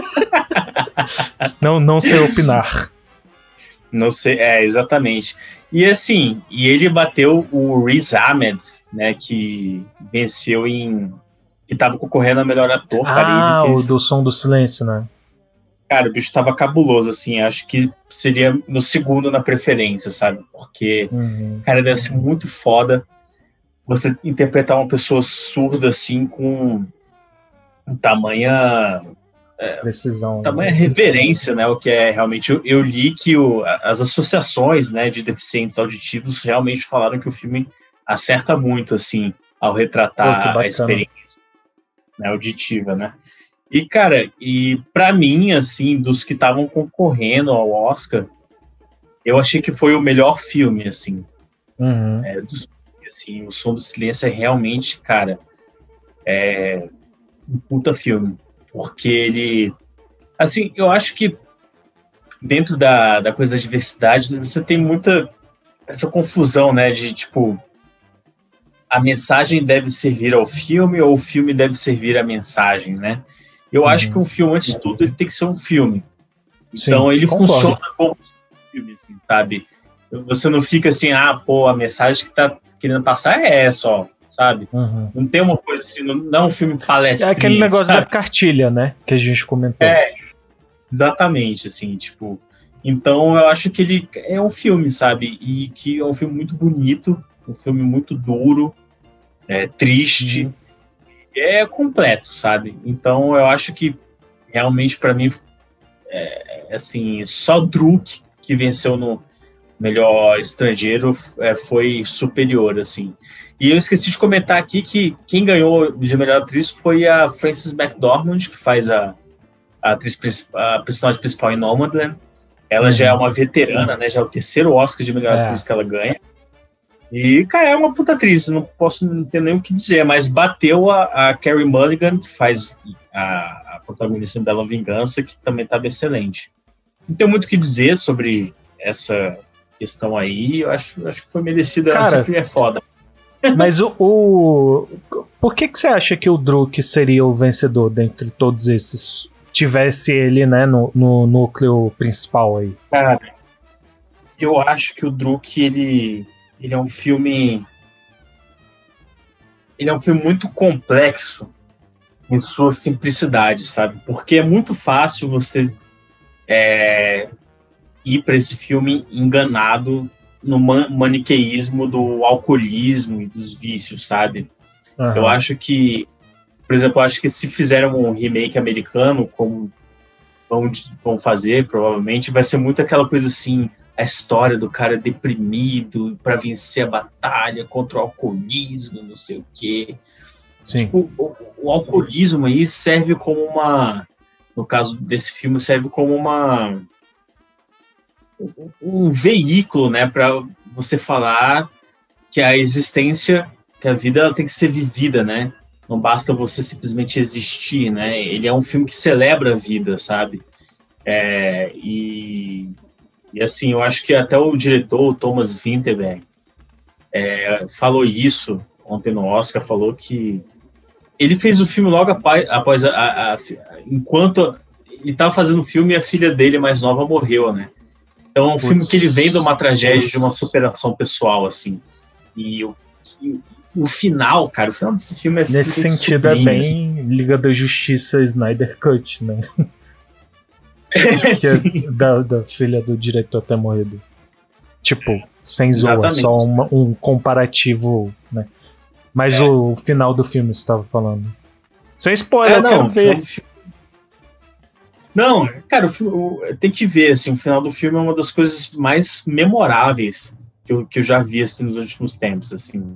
[SPEAKER 4] não sei opinar.
[SPEAKER 5] Não sei, exatamente. E assim, ele bateu o Riz Ahmed, né? Que venceu que tava concorrendo a melhor ator.
[SPEAKER 4] Cara, o do Som do Silêncio, né?
[SPEAKER 5] Cara, o bicho tava cabuloso, assim. Acho que seria no segundo na preferência, sabe? Porque, cara, deve ser muito foda você interpretar uma pessoa surda, assim, com tamanha
[SPEAKER 4] precisão,
[SPEAKER 5] tamanha reverência, né? O que é realmente... Eu li que as associações, né, de deficientes auditivos realmente falaram que o filme acerta muito, assim, ao retratar a experiência, né, auditiva, né? E, cara, pra mim, assim, dos que estavam concorrendo ao Oscar, eu achei que foi o melhor filme, assim. Assim, o Som do Silêncio é realmente, cara, um puta filme. Porque ele... Assim, eu acho que dentro da coisa da diversidade, você tem muita essa confusão, né? De, tipo, a mensagem deve servir ao filme ou o filme deve servir à mensagem, né? Eu acho que um filme, antes de tudo, ele tem que ser um filme. Então, sim, ele funciona como um filme, assim, sabe? Você não fica assim, a mensagem que tá querendo passar é essa, ó, sabe? Não tem uma coisa assim, não é um filme palestrinha.
[SPEAKER 4] É aquele negócio, sabe, da cartilha, né? Que a gente comentou.
[SPEAKER 5] Exatamente, assim, tipo... Então, eu acho que ele é um filme, sabe? E que é um filme muito bonito, um filme muito duro, triste, é completo, sabe? Então eu acho que realmente para mim assim, só Druk que venceu no melhor estrangeiro foi superior, assim. E eu esqueci de comentar aqui que quem ganhou de melhor atriz foi a Frances McDormand, que faz a personagem principal em Nomadland. Ela já é uma veterana, né? Já é o terceiro Oscar de melhor atriz que ela ganha. E, cara, é uma puta atriz, não posso ter nem o que dizer, mas bateu a Carey Mulligan, que faz a protagonista da Bela Vingança, que também estava excelente. Não tem muito o que dizer sobre essa questão aí, eu acho que foi merecida, ela sempre é foda.
[SPEAKER 4] Mas por que você acha que o Druk seria o vencedor dentre todos esses? Tivesse ele, né, no núcleo principal aí.
[SPEAKER 5] Cara, eu acho que o Druk, ele é um filme... Ele é um filme muito complexo em sua simplicidade, sabe? Porque é muito fácil você ir para esse filme enganado no maniqueísmo do alcoolismo e dos vícios, sabe? Uhum. Eu acho que, por exemplo, se fizeram um remake americano, como vão fazer, provavelmente, vai ser muito aquela coisa assim, a história do cara deprimido para vencer a batalha contra o alcoolismo, não sei o quê. Sim. Tipo, o alcoolismo aí serve como no caso desse filme, serve como um veículo, né, para você falar que a existência, que a vida ela tem que ser vivida, né? Não basta você simplesmente existir, né? Ele é um filme que celebra a vida, sabe? E assim, eu acho que até o diretor, o Thomas Vinterberg, falou isso ontem no Oscar, falou que ele fez o filme logo após enquanto ele estava fazendo o filme, a filha dele mais nova morreu, né? Então é um filme que ele vem de uma tragédia, de uma superação pessoal, assim. E o final, cara, o final desse filme é
[SPEAKER 4] nesse sentido sublime, é bem assim. Liga da Justiça Snyder Cut, né? Da filha do diretor ter morrido. Tipo, sem zoa, só um comparativo, né? Mas o final do filme você estava falando. Sem spoiler, eu quero ver.
[SPEAKER 5] Não, cara, tem que ver, assim, o final do filme é uma das coisas mais memoráveis que eu já vi, assim, nos últimos tempos, assim.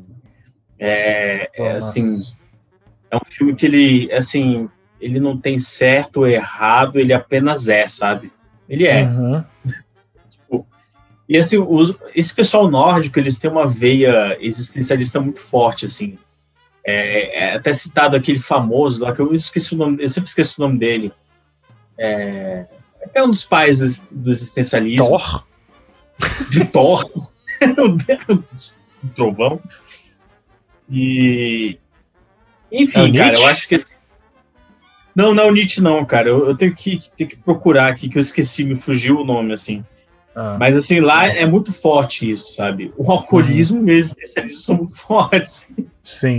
[SPEAKER 5] Assim, é um filme que ele, assim, ele não tem certo ou errado, ele apenas sabe? Ele é. Uhum. Tipo, e, assim, esse pessoal nórdico, eles têm uma veia existencialista muito forte, assim. Até citado aquele famoso lá, que eu sempre esqueço o nome dele. É um dos pais do existencialismo.
[SPEAKER 4] Thor?
[SPEAKER 5] De Thor. O trovão. E... Enfim, cara, eu acho que... Não é o Nietzsche, não, cara. Eu tenho que procurar aqui, que eu esqueci, me fugiu o nome, assim. Mas, assim, lá é muito forte isso, sabe? O alcoolismo e o existencialismo são muito fortes.
[SPEAKER 4] Sim.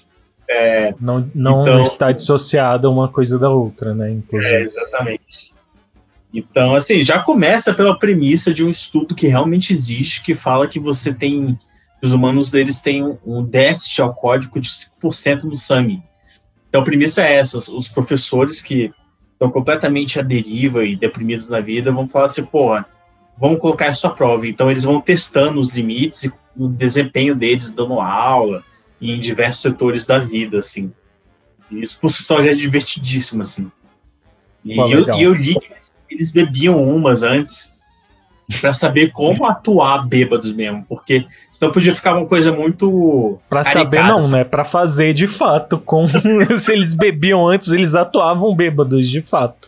[SPEAKER 4] Não está dissociada uma coisa da outra, né? Inclusive.
[SPEAKER 5] Exatamente. Então, assim, já começa pela premissa de um estudo que realmente existe, que fala que os humanos, eles têm um déficit alcoólico de 5% no sangue. Então, a premissa é essa: os professores que estão completamente à deriva e deprimidos na vida vão falar assim, vamos colocar isso à prova. Então, eles vão testando os limites e o desempenho deles dando aula em diversos setores da vida, assim. E isso por si só já é divertidíssimo, assim. E eu li que eles bebiam umas antes para saber como atuar bêbados mesmo, porque senão podia ficar uma coisa muito
[SPEAKER 4] para saber não, assim. Né? Para fazer de fato. Se eles bebiam antes, eles atuavam bêbados, de fato.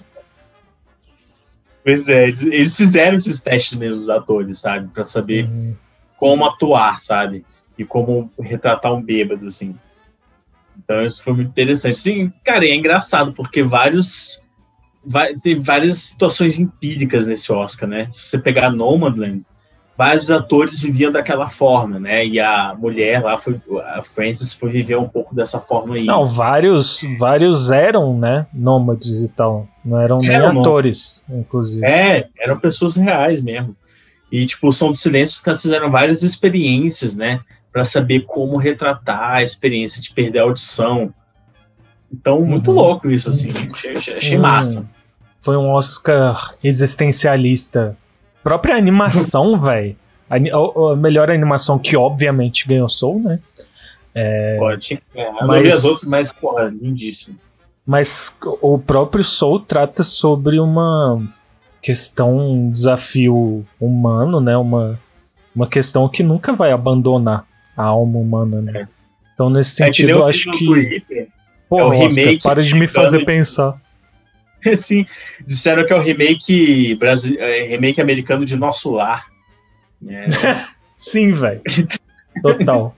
[SPEAKER 5] Pois eles fizeram esses testes mesmo, os atores, sabe? Para saber como atuar, sabe? E como retratar um bêbado, assim. Então isso foi muito interessante. Sim, cara, é engraçado, porque tem várias situações empíricas nesse Oscar, né? Se você pegar Nomadland, vários atores viviam daquela forma, né? E a mulher lá, a Frances, foi viver um pouco dessa forma aí.
[SPEAKER 4] Não, vários eram, né? Nômades e tal. Não eram nem atores, inclusive.
[SPEAKER 5] Eram pessoas reais mesmo. E, tipo, o Som do Silêncio, os caras fizeram várias experiências, né? para saber como retratar a experiência de perder a audição. Então, muito louco isso, assim. Achei massa.
[SPEAKER 4] Foi um Oscar existencialista. Própria animação, velho. A melhor animação que, obviamente, ganhou Soul, né?
[SPEAKER 5] Pode. Eu não vi as outras, mas, porra, lindíssimo.
[SPEAKER 4] Mas o próprio Soul trata sobre uma questão, um desafio humano, né? Uma questão que nunca vai abandonar a alma humana, né? Então, nesse sentido, eu acho que...
[SPEAKER 5] Twitter,
[SPEAKER 4] pô,
[SPEAKER 5] o
[SPEAKER 4] Oscar,
[SPEAKER 5] remake
[SPEAKER 4] para de me fazer pensar.
[SPEAKER 5] Sim, disseram que é o remake americano de Nosso Lar.
[SPEAKER 4] Sim, velho. Total.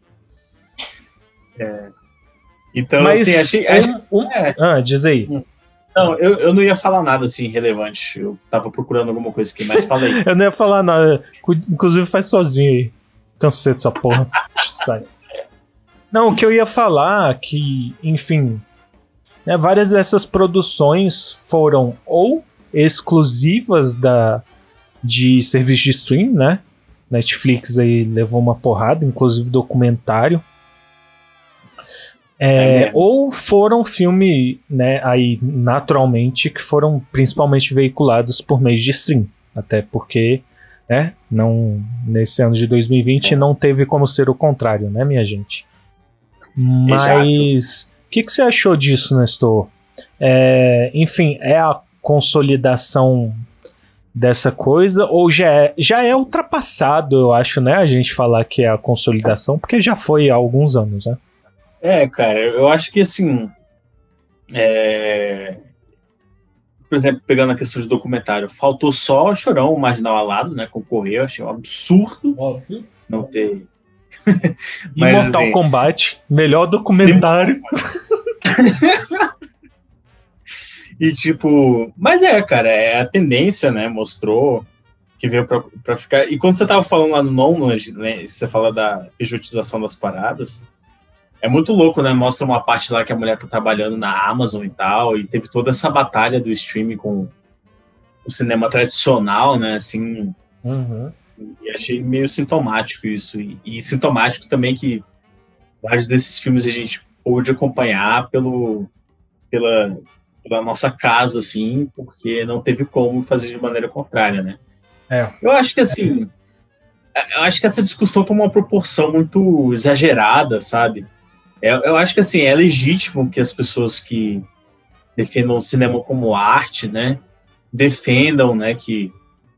[SPEAKER 5] Então,
[SPEAKER 4] mas
[SPEAKER 5] assim,
[SPEAKER 4] diz aí.
[SPEAKER 5] Não, eu não ia falar nada assim relevante. Eu tava procurando alguma coisa aqui, mas fala aí.
[SPEAKER 4] Eu não ia falar nada. Inclusive faz sozinho aí. Cansei dessa porra. Sai. Não, o que eu ia falar que, enfim, né, várias dessas produções foram ou exclusivas de serviço de stream, né? Netflix aí levou uma porrada, inclusive documentário. Ou foram filme, né, aí naturalmente, que foram principalmente veiculados por meio de stream. Até porque, né, não, nesse ano de 2020 não teve como ser o contrário, né, minha gente? Mas o que você achou disso, Nestor? Enfim, é a consolidação dessa coisa ou já é ultrapassado, eu acho, né, a gente falar que é a consolidação, porque já foi há alguns anos, né?
[SPEAKER 5] Cara, eu acho que assim, por exemplo, pegando a questão de documentário, faltou só Chorão, o Marginal Alado, né, concorrer, eu achei um absurdo.
[SPEAKER 4] Óbvio.
[SPEAKER 5] Não ter...
[SPEAKER 4] Mas, Mortal assim, Kombat, melhor documentário.
[SPEAKER 5] E tipo, mas cara, a tendência, né, mostrou que veio pra ficar. E quando você tava falando lá no nono, né, você fala da pejotização das paradas, é muito louco, né? Mostra uma parte lá que a mulher tá trabalhando na Amazon e tal, e teve toda essa batalha do streaming com o cinema tradicional, né? Assim, e achei meio sintomático isso. E sintomático também que vários desses filmes a gente pôde acompanhar pela nossa casa, assim, porque não teve como fazer de maneira contrária, né? Eu acho que, assim, essa discussão toma uma proporção muito exagerada, sabe? Eu acho que, assim, é legítimo que as pessoas que defendam o cinema como arte, né, defendam, né, que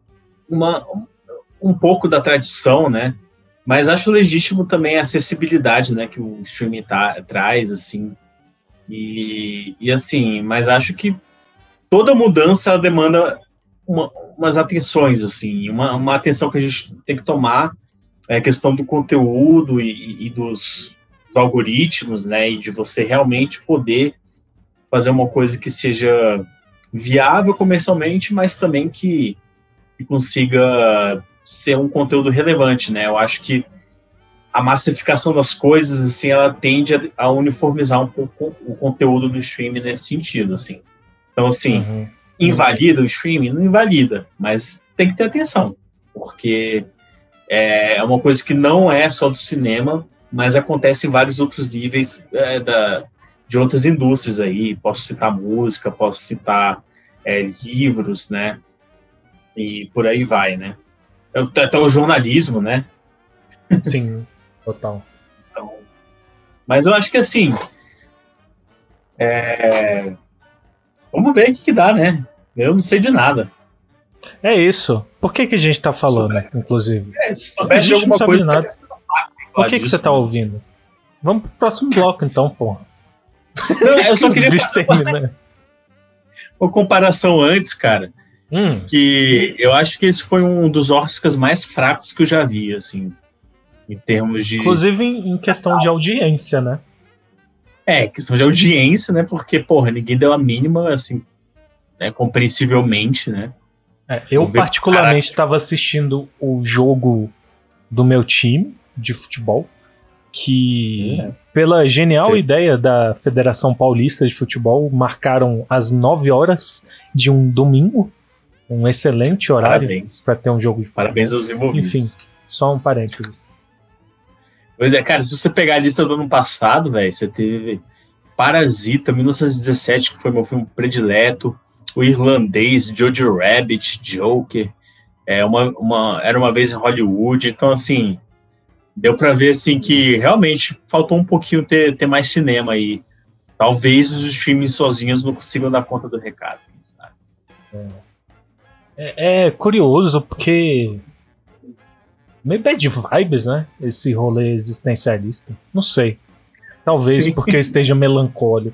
[SPEAKER 5] um pouco da tradição, né, mas acho legítimo também a acessibilidade, né, que o streaming traz, assim, e assim, mas acho que toda mudança demanda umas atenções, assim, uma atenção que a gente tem que tomar, a questão do conteúdo e dos algoritmos, né, e de você realmente poder fazer uma coisa que seja viável comercialmente, mas também que consiga ser um conteúdo relevante, né? Eu acho que a massificação das coisas, assim, ela tende a uniformizar um pouco o conteúdo do streaming nesse sentido, assim. Então, assim, invalida o streaming? Não invalida, mas tem que ter atenção, porque é uma coisa que não é só do cinema, mas acontece em vários outros níveis de outras indústrias aí. Posso citar música, posso citar livros, né? E por aí vai, né? Até o jornalismo, né?
[SPEAKER 4] Sim, total.
[SPEAKER 5] Então, mas eu acho que, assim, vamos ver o que dá, né? Eu não sei de nada.
[SPEAKER 4] É isso. Por que a gente tá falando, inclusive?
[SPEAKER 5] Se soubesse de alguma coisa...
[SPEAKER 4] Nada. Por que você tá ouvindo? Vamos pro próximo bloco, então, porra.
[SPEAKER 5] Não, eu só queria fazer uma comparação antes, cara, que eu acho que esse foi um dos Oscars mais fracos que eu já vi, assim, em termos de...
[SPEAKER 4] Inclusive em questão de audiência, né?
[SPEAKER 5] Questão de audiência, né? Porque, porra, ninguém deu a mínima, assim, né, compreensivelmente, né?
[SPEAKER 4] Eu particularmente estava assistindo o jogo do meu time de futebol, que pela genial ideia da Federação Paulista de Futebol, marcaram às 9 horas de um domingo, um excelente horário para ter um jogo de futebol.
[SPEAKER 5] Parabéns aos envolvidos.
[SPEAKER 4] Enfim, só um parênteses.
[SPEAKER 5] Pois é, cara, se você pegar a lista do ano passado, velho, você teve Parasita, 1917, que foi meu filme predileto, O Irlandês, Jojo Rabbit, Joker, Era Uma Vez em Hollywood. Então, assim, deu pra ver assim, que realmente faltou um pouquinho ter mais cinema aí. Talvez os streamings sozinhos não consigam dar conta do recado, sabe?
[SPEAKER 4] É curioso, porque meio bad vibes, né? Esse rolê existencialista. Não sei. Talvez
[SPEAKER 5] Sim.
[SPEAKER 4] porque eu esteja melancólico.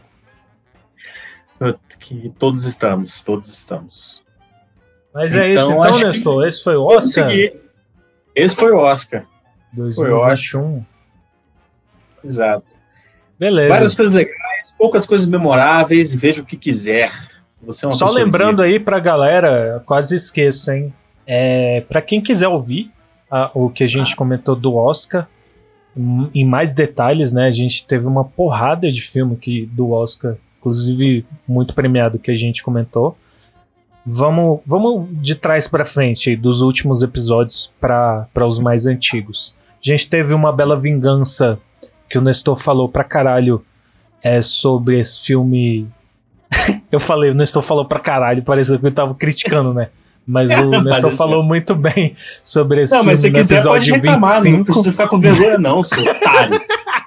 [SPEAKER 5] Que todos estamos.
[SPEAKER 4] Mas é isso, então,
[SPEAKER 5] acho que
[SPEAKER 4] Nestor. Esse foi o
[SPEAKER 5] vamos
[SPEAKER 4] Oscar
[SPEAKER 5] seguir. Esse foi o Oscar.
[SPEAKER 4] 2021.
[SPEAKER 5] Exato.
[SPEAKER 4] Beleza.
[SPEAKER 5] Várias coisas legais, poucas coisas memoráveis, veja o que quiser. Você é uma
[SPEAKER 4] Só
[SPEAKER 5] pessoa
[SPEAKER 4] lembrando
[SPEAKER 5] livre.
[SPEAKER 4] aí pra galera, quase esqueço, hein? Pra quem quiser ouvir o que a gente comentou do Oscar, em mais detalhes, né? A gente teve uma porrada de filme do Oscar, inclusive muito premiado, que a gente comentou. Vamos de trás pra frente, aí, dos últimos episódios para os mais antigos. A gente teve uma bela vingança que o Nestor falou pra caralho sobre esse filme. Eu falei, o Nestor falou pra caralho, pareceu que eu tava criticando, né? Mas o Nestor falou muito bem sobre esse filme
[SPEAKER 5] Mas se
[SPEAKER 4] no
[SPEAKER 5] quiser pode
[SPEAKER 4] episódio
[SPEAKER 5] reclamar,
[SPEAKER 4] 25.
[SPEAKER 5] não precisa ficar com vergonha não, seu otário.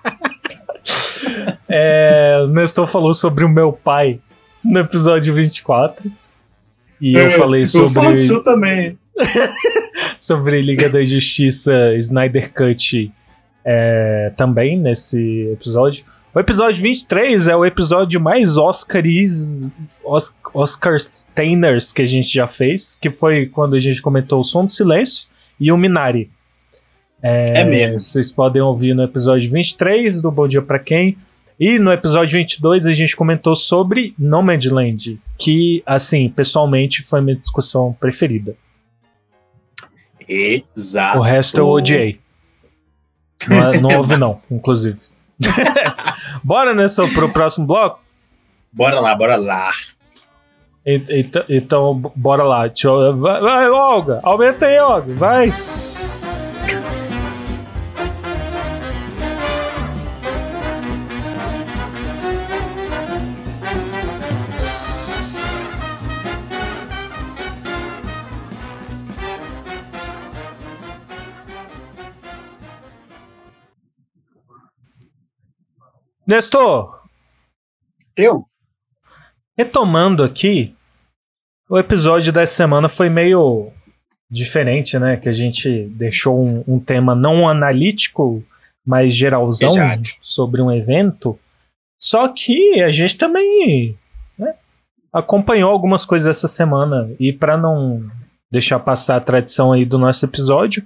[SPEAKER 4] O Nestor falou sobre o meu pai no episódio 24. E eu falei
[SPEAKER 5] Eu falo isso também.
[SPEAKER 4] sobre Liga da Justiça Snyder Cut também nesse episódio. O episódio 23 é o episódio mais Oscar-stainers que a gente já fez, que foi quando a gente comentou o Som do Silêncio e o Minari.
[SPEAKER 5] Mesmo.
[SPEAKER 4] Vocês podem ouvir no episódio 23 do Bom Dia Pra Quem. E no episódio 22 a gente comentou sobre Nomadland, que, assim, pessoalmente foi minha discussão preferida.
[SPEAKER 5] Exato.
[SPEAKER 4] O resto eu odiei. Não ouvi não, inclusive. Bora, né, pro próximo bloco?
[SPEAKER 5] Bora lá.
[SPEAKER 4] Então, bora lá. Vai, Olga, aumenta aí, Olga, vai. Nestor,
[SPEAKER 5] Eu?
[SPEAKER 4] retomando aqui, o episódio dessa semana foi meio diferente, né? Que a gente deixou um tema não analítico, mas geralzão
[SPEAKER 5] Exato.
[SPEAKER 4] sobre um evento. Só que a gente também, né, acompanhou algumas coisas essa semana. E para não deixar passar a tradição aí do nosso episódio,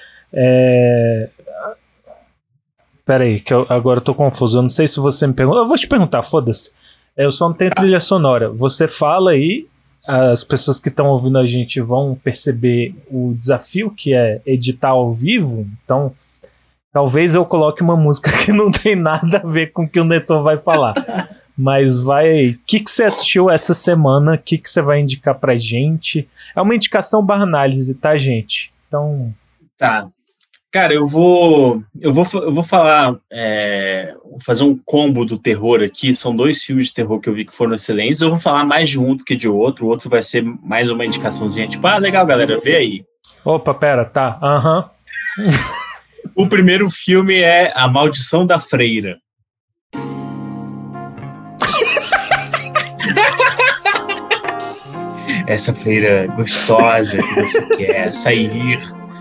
[SPEAKER 4] peraí, que agora eu tô confuso. Eu não sei se você me pergunta. Eu vou te perguntar, foda-se. Eu só não tenho trilha sonora. Você fala aí, as pessoas que estão ouvindo a gente vão perceber o desafio que é editar ao vivo. Então, talvez eu coloque uma música que não tem nada a ver com o que o Nestor vai falar. Mas vai... O que você assistiu essa semana? O que você vai indicar pra gente? É uma indicação barra análise, tá, gente? Então...
[SPEAKER 5] Tá. Cara, eu vou falar, vou fazer um combo do terror aqui. São 2 filmes de terror que eu vi que foram excelentes. Eu vou falar mais de um do que de outro. O outro vai ser mais uma indicaçãozinha, tipo, legal, galera, vê aí.
[SPEAKER 4] Opa, pera, tá. Aham.
[SPEAKER 5] O primeiro filme é A Maldição da Freira. Essa freira gostosa que você quer sair.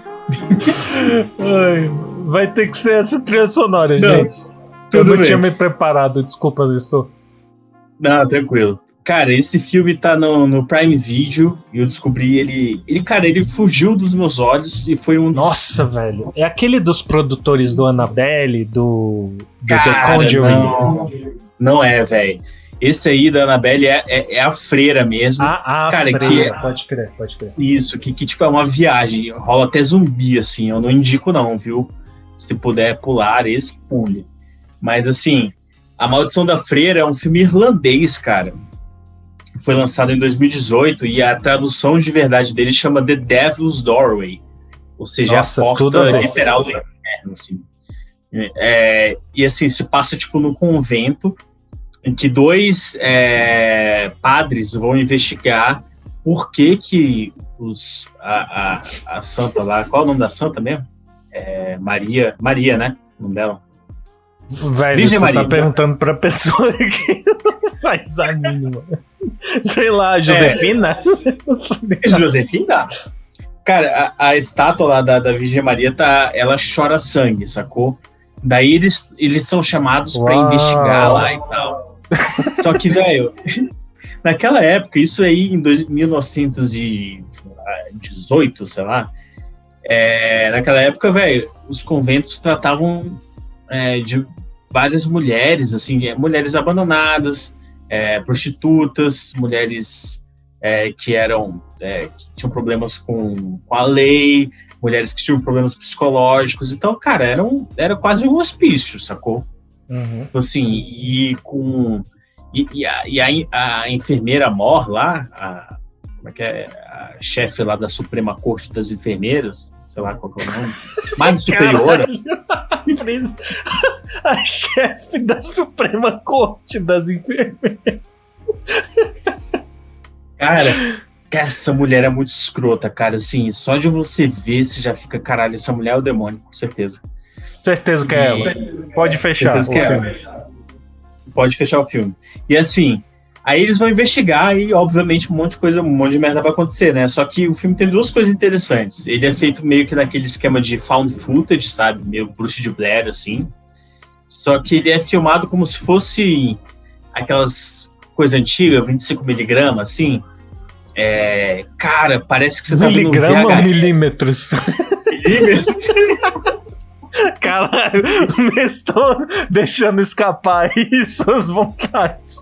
[SPEAKER 4] Ai, vai ter que ser essa trilha sonora,
[SPEAKER 5] Não,
[SPEAKER 4] gente. Eu
[SPEAKER 5] tudo
[SPEAKER 4] não
[SPEAKER 5] bem.
[SPEAKER 4] tinha me preparado, desculpa, Nestor.
[SPEAKER 5] Não, tranquilo. Cara, esse filme tá no Prime Video e eu descobri ele fugiu dos meus olhos e foi um dos...
[SPEAKER 4] Nossa, velho. É aquele dos produtores do Annabelle, do The
[SPEAKER 5] Cara,
[SPEAKER 4] Conjuring.
[SPEAKER 5] não é, velho. Esse aí da Annabelle é a freira mesmo.
[SPEAKER 4] Cara,
[SPEAKER 5] freira.
[SPEAKER 4] Pode crer.
[SPEAKER 5] Isso, que tipo é uma viagem. Rola até zumbi, assim. Eu não indico não, viu? Se puder pular esse, pule. Mas assim, A Maldição da Freira é um filme irlandês, cara. Foi lançado em 2018 e a tradução de verdade dele chama The Devil's Doorway. Ou seja,
[SPEAKER 4] Nossa,
[SPEAKER 5] a
[SPEAKER 4] tudo a
[SPEAKER 5] porta
[SPEAKER 4] ver.
[SPEAKER 5] literal do inferno, assim. E assim, se passa tipo no convento, em que dois padres vão investigar por que a santa lá, qual é o nome da santa mesmo? Maria, né? O nome dela.
[SPEAKER 4] Velho,
[SPEAKER 5] Virgem
[SPEAKER 4] você
[SPEAKER 5] Maria.
[SPEAKER 4] tá perguntando pra pessoa que não faz a mínima. Sei lá, Josefina?
[SPEAKER 5] Josefina? Cara, a estátua lá da Virgem Maria, ela chora sangue, sacou? Daí eles são chamados pra investigar lá e tal. Só que, velho, naquela época, isso aí em 1918, sei lá, naquela época, velho, os conventos tratavam de várias mulheres, assim, mulheres abandonadas, prostitutas, mulheres que tinham problemas com a lei, mulheres que tinham problemas psicológicos. Então, cara, era quase um hospício, sacou?
[SPEAKER 4] Uhum.
[SPEAKER 5] Assim, a enfermeira Mor lá, como é que é? A chefe lá da Suprema Corte das Enfermeiras, sei lá qual que é o nome, mais superiora.
[SPEAKER 4] A chefe da Suprema Corte das Enfermeiras.
[SPEAKER 5] Cara, essa mulher é muito escrota, cara. Assim, só de você ver, você já fica, caralho, essa mulher é o demônio, com certeza.
[SPEAKER 4] Certeza que é ela. Pode fechar o filme.
[SPEAKER 5] Pode fechar o filme. E assim, aí eles vão investigar e, obviamente, um monte de merda vai acontecer, né? Só que o filme tem duas coisas interessantes. Ele é feito meio que naquele esquema de found footage, sabe? Meio Bruxa de Blair, assim. Só que ele é filmado como se fosse aquelas coisas antigas, 25mg, assim. Cara, parece que você tá vendo
[SPEAKER 4] miligrama ou milímetros?
[SPEAKER 5] Milímetros.
[SPEAKER 4] Caralho, estou deixando escapar aí suas vontades.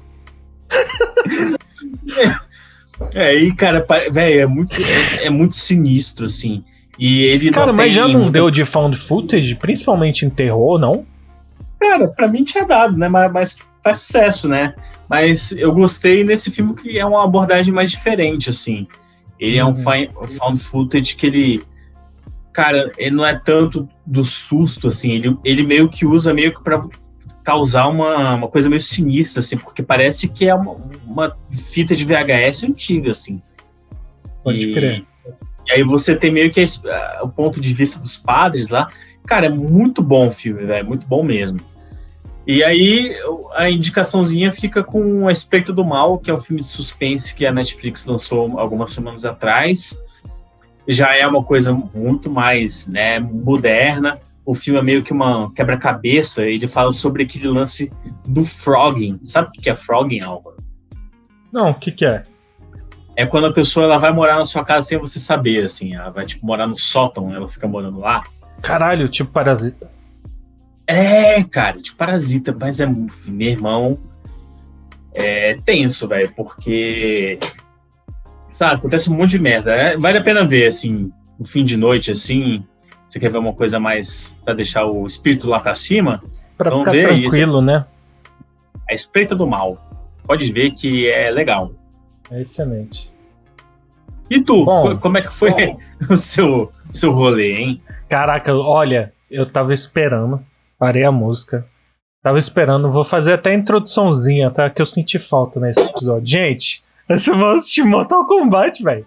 [SPEAKER 5] E cara, velho, é muito sinistro, assim. E ele
[SPEAKER 4] cara,
[SPEAKER 5] não
[SPEAKER 4] mas
[SPEAKER 5] tem
[SPEAKER 4] já não deu de found footage, principalmente em terror, não?
[SPEAKER 5] Cara, pra mim tinha dado, né? Mas faz sucesso, né? Mas eu gostei nesse filme que é uma abordagem mais diferente, assim. Ele é um found footage que ele... Cara, ele não é tanto do susto, assim. Ele meio que usa meio que pra causar uma coisa meio sinistra, assim. Porque parece que é uma fita de VHS antiga, assim.
[SPEAKER 4] Pode crer.
[SPEAKER 5] E aí você tem meio que o ponto de vista dos padres lá. Cara, é muito bom o filme, velho. Muito bom mesmo. E aí, a indicaçãozinha fica com A Espectro do Mal, que é um filme de suspense que a Netflix lançou algumas semanas atrás. Já é uma coisa muito mais, né, moderna. O filme é meio que uma quebra-cabeça. Ele fala sobre aquele lance do frogging. Sabe o que é frogging, Álvaro?
[SPEAKER 4] Não, o que é?
[SPEAKER 5] É quando a pessoa ela vai morar na sua casa sem você saber, assim. Ela vai, tipo, morar no sótão, ela fica morando lá.
[SPEAKER 4] Caralho, tipo Parasita.
[SPEAKER 5] Cara, tipo Parasita, mas meu irmão, é tenso, velho, porque, sabe, acontece um monte de merda. Vale a pena ver, assim, no fim de noite, assim, você quer ver uma coisa mais pra deixar o espírito lá pra cima?
[SPEAKER 4] Pra
[SPEAKER 5] Vamos
[SPEAKER 4] ficar
[SPEAKER 5] ver
[SPEAKER 4] tranquilo, né?
[SPEAKER 5] A Espreita do Mal. Pode ver que é legal.
[SPEAKER 4] É excelente.
[SPEAKER 5] E tu,
[SPEAKER 4] Bom,
[SPEAKER 5] como é que foi o seu rolê, hein?
[SPEAKER 4] Caraca, olha, eu tava esperando. Parei a música. Tava esperando. Vou fazer até a introduçãozinha, tá? Que eu senti falta nesse episódio. Gente, essa é uma de Mortal Kombat, velho.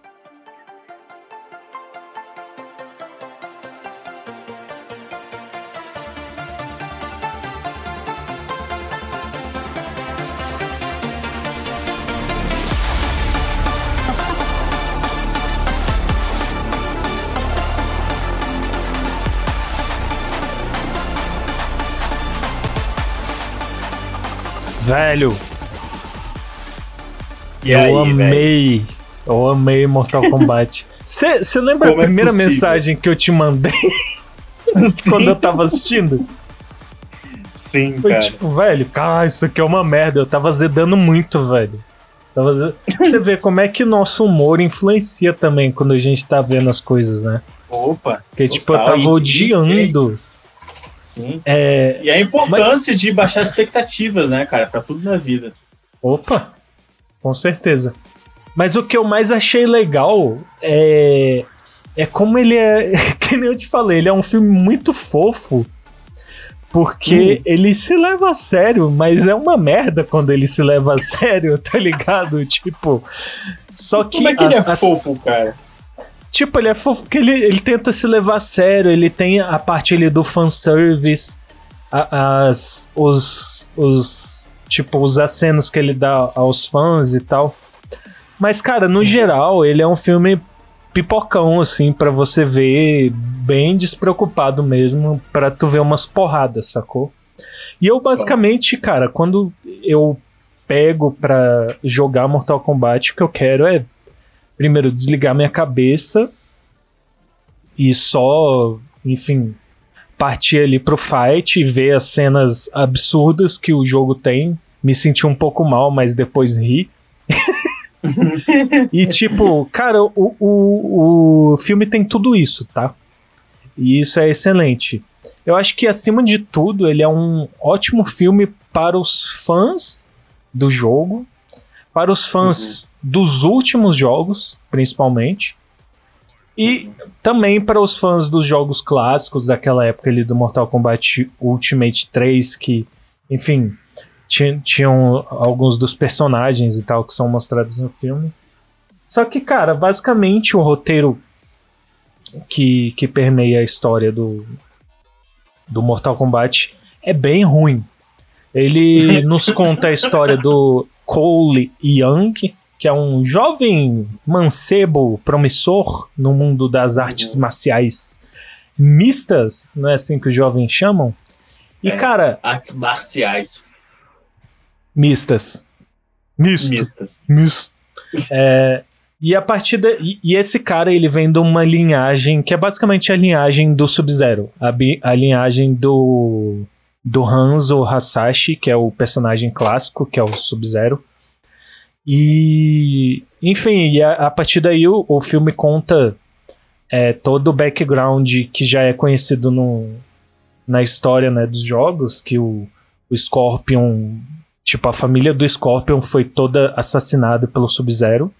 [SPEAKER 4] Velho, eu amei Mortal Kombat. Você lembra
[SPEAKER 5] Como
[SPEAKER 4] a primeira
[SPEAKER 5] é possível?
[SPEAKER 4] mensagem que eu te mandei quando eu tava assistindo?
[SPEAKER 5] Sim,
[SPEAKER 4] Foi
[SPEAKER 5] cara.
[SPEAKER 4] tipo, velho, cara, isso aqui é uma merda. Eu tava zedando muito, velho. Você vê como é que nosso humor influencia também quando a gente tá vendo as coisas, né?
[SPEAKER 5] Opa.
[SPEAKER 4] Porque, tipo, eu
[SPEAKER 5] total.
[SPEAKER 4] tava odiando.
[SPEAKER 5] Sim.
[SPEAKER 4] É...
[SPEAKER 5] E a importância de baixar expectativas, né, cara, pra tudo na vida.
[SPEAKER 4] Opa, com certeza. Mas o que eu mais achei legal é como ele é, que nem eu te falei, ele é um filme muito fofo, Porque ele se leva a sério, mas é uma merda quando ele se leva a sério, tá ligado? Tipo, só que...
[SPEAKER 5] Como é que ele é fofo, cara?
[SPEAKER 4] Tipo, ele é fofo porque ele tenta se levar a sério, ele tem a parte ali do fanservice, os acenos que ele dá aos fãs e tal. Mas, cara, no geral, ele é um filme pipocão, assim, pra você ver, bem despreocupado mesmo, pra tu ver umas porradas, sacou? E eu, basicamente, cara, quando eu pego pra jogar Mortal Kombat, o que eu quero é, primeiro, desligar minha cabeça e só, enfim, partir ali pro fight e ver as cenas absurdas que o jogo tem, me sentir um pouco mal, mas depois rir. E tipo, cara, o filme tem tudo isso, tá? E isso é excelente. Eu acho que, acima de tudo, ele é um ótimo filme para os fãs do jogo, para os fãs dos últimos jogos, principalmente, e também para os fãs dos jogos clássicos daquela época ali do Mortal Kombat Ultimate 3, que, enfim, tinham alguns dos personagens e tal que são mostrados no filme. Só que, cara, basicamente o roteiro que permeia a história do Mortal Kombat é bem ruim. Ele nos conta a história do Cole Young, que é um jovem mancebo promissor no mundo das artes marciais mistas, não é assim que os jovens chamam? E, cara...
[SPEAKER 5] Artes marciais.
[SPEAKER 4] Mistas. E a partir e esse cara, ele vem de uma linhagem que é basicamente a linhagem do Sub-Zero, a linhagem do Hanzo Hasashi, que é o personagem clássico, que é o Sub-Zero. E, enfim, a partir daí o filme conta todo o background que já é conhecido na história, né, dos jogos, que o Scorpion, tipo, a família do Scorpion foi toda assassinada pelo Sub-Zero.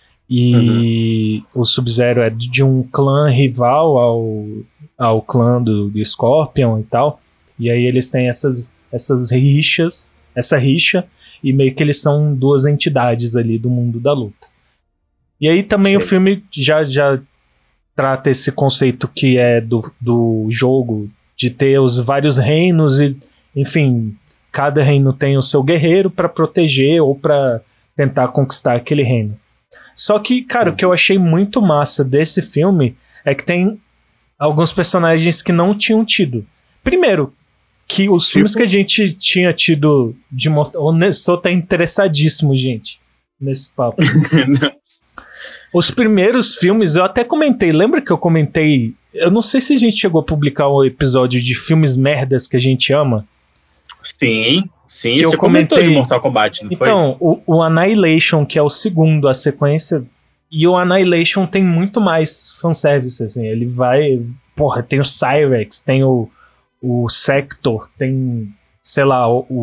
[SPEAKER 4] E o Sub-Zero é de um clã rival ao clã do Scorpion e tal. E aí eles têm essas rixas, essa rixa, e meio que eles são duas entidades ali do mundo da luta. E aí também o filme já trata esse conceito que é do jogo, de ter os vários reinos e, enfim, cada reino tem o seu guerreiro pra proteger ou pra tentar conquistar aquele reino. Só que, cara, o que eu achei muito massa desse filme é que tem alguns personagens que não tinham tido. Primeiro, que os filmes que a gente tinha tido de Mortal... O Nestor tá interessadíssimo, gente, nesse papo. Os primeiros filmes, eu até comentei, lembra que eu comentei... Eu não sei se a gente chegou a publicar um episódio de filmes merdas que a gente ama.
[SPEAKER 5] Sim,
[SPEAKER 4] que
[SPEAKER 5] você comentou de Mortal Kombat, não foi?
[SPEAKER 4] Então, o Annihilation, que é o segundo, a sequência... E o Annihilation tem muito mais fanservice, assim. Ele vai... Porra, tem o Cyrex, tem o Sector, tem... Sei lá,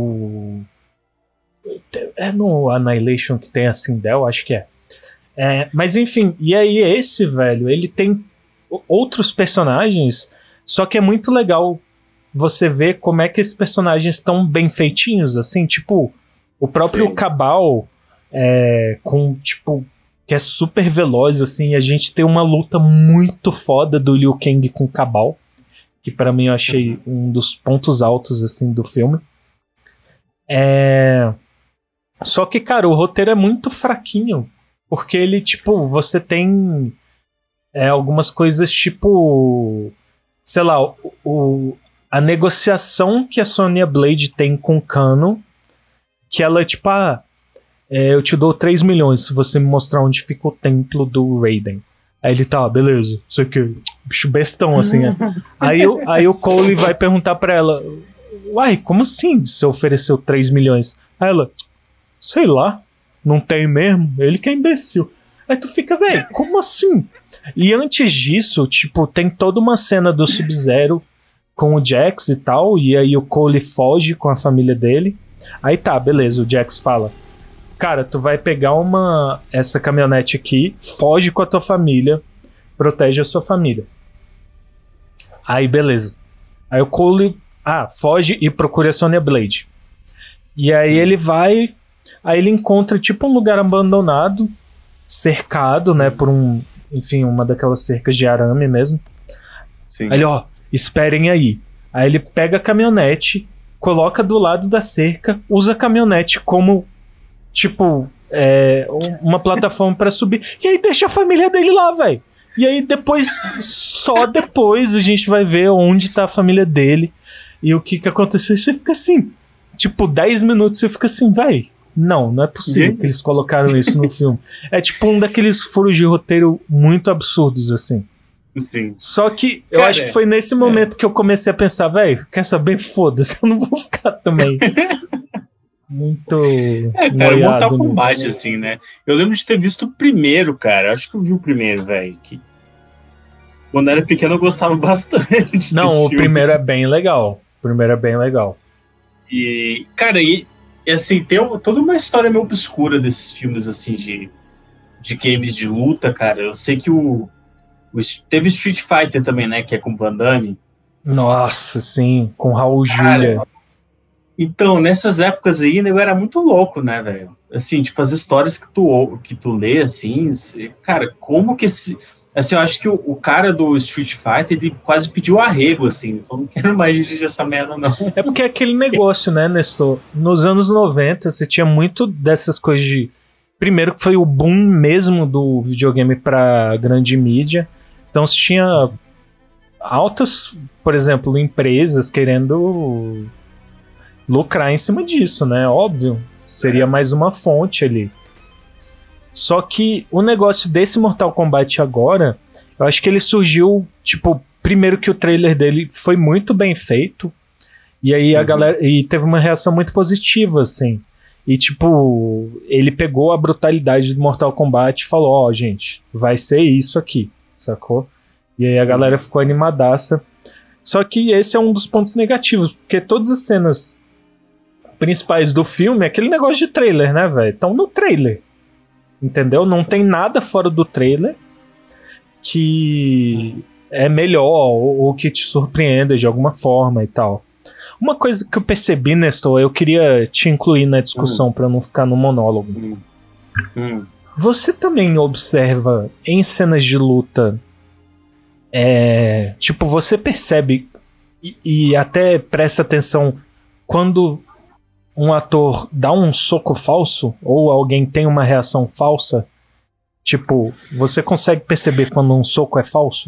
[SPEAKER 4] é no Annihilation que tem a Sindel, acho que é. Mas enfim, e aí esse, velho, ele tem outros personagens, só que é muito legal você ver como é que esses personagens estão bem feitinhos, assim, tipo, o próprio Cabal, com, tipo, que é super veloz, assim, a gente tem uma luta muito foda do Liu Kang com o Cabal, que pra mim eu achei um dos pontos altos, assim, do filme. Só que, cara, o roteiro é muito fraquinho, porque ele, tipo, você tem algumas coisas, tipo, sei lá, a negociação que a Sonya Blade tem com o Kano, que ela, tipo, eu te dou 3 milhões se você me mostrar onde fica o templo do Raiden. Aí ele tá, beleza, isso aqui, bicho bestão, assim, Aí o Cole vai perguntar pra ela, uai, como assim você ofereceu 3 milhões? Aí ela, sei lá, não tem mesmo, ele que é imbecil. Aí tu fica, velho, como assim? E antes disso, tipo, tem toda uma cena do Sub-Zero com o Jax e tal, e aí o Cole foge com a família dele. Aí tá, beleza, o Jax fala, cara, tu vai pegar essa caminhonete aqui, foge com a tua família, protege a sua família. Aí beleza. Aí o Cole foge e procura a Sonya Blade. E aí ele vai... Aí ele encontra tipo um lugar abandonado, cercado, né, por uma daquelas cercas de arame mesmo.
[SPEAKER 5] Sim.
[SPEAKER 4] Aí ele, esperem aí. Aí ele pega a caminhonete, coloca do lado da cerca, usa a caminhonete como, tipo, uma plataforma pra subir. E aí deixa a família dele lá, velho. E aí só depois a gente vai ver onde tá a família dele e o que aconteceu. Você fica assim, tipo, 10 minutos você fica assim, véi. Não é possível que eles colocaram isso no filme. É tipo um daqueles furos de roteiro muito absurdos, assim.
[SPEAKER 5] Sim.
[SPEAKER 4] Só que eu acho que foi nesse momento que eu comecei a pensar, velho, quer saber? Foda-se, eu não vou ficar também muito
[SPEAKER 5] cara, Mortal Kombat, assim, né? Eu lembro de ter visto o primeiro, cara. Acho que eu vi o primeiro, velho. Quando eu era pequeno eu gostava bastante.
[SPEAKER 4] Não, o filme. Primeiro é bem legal.
[SPEAKER 5] E, cara, e assim, tem toda uma história meio obscura desses filmes, assim, de games de luta, cara. Eu sei que teve Street Fighter também, né? Que é com Van Damme.
[SPEAKER 4] Nossa, sim. Com Raul Julia.
[SPEAKER 5] Então, nessas épocas aí, eu era muito louco, né, velho? Assim, tipo, as histórias que tu lê, assim... Cara, como que esse... Assim, eu acho que o cara do Street Fighter, ele quase pediu arrego, assim. Falou, não quero mais dirigir essa merda, não.
[SPEAKER 4] É porque é aquele negócio, né, Nestor? Nos anos 90, você tinha muito dessas coisas de... Primeiro que foi o boom mesmo do videogame pra grande mídia. Então você tinha altas, por exemplo, empresas querendo lucrar em cima disso, né? Óbvio. Seria mais uma fonte ali. Só que o negócio desse Mortal Kombat agora, eu acho que ele surgiu, tipo, primeiro que o trailer dele foi muito bem feito, e aí a galera, e teve uma reação muito positiva, assim. E, tipo, ele pegou a brutalidade do Mortal Kombat e falou, gente, vai ser isso aqui, sacou? E aí a galera ficou animadaça. Só que esse é um dos pontos negativos, porque todas as cenas principais do filme é aquele negócio de trailer, né, velho? Estão no trailer. Entendeu? Não tem nada fora do trailer que é melhor ou que te surpreenda de alguma forma e tal. Uma coisa que eu percebi, Nestor, eu queria te incluir na discussão pra não ficar no monólogo. Você também observa em cenas de luta, tipo, você percebe e até presta atenção quando um ator dá um soco falso ou alguém tem uma reação falsa? Tipo, você consegue perceber quando um soco é falso?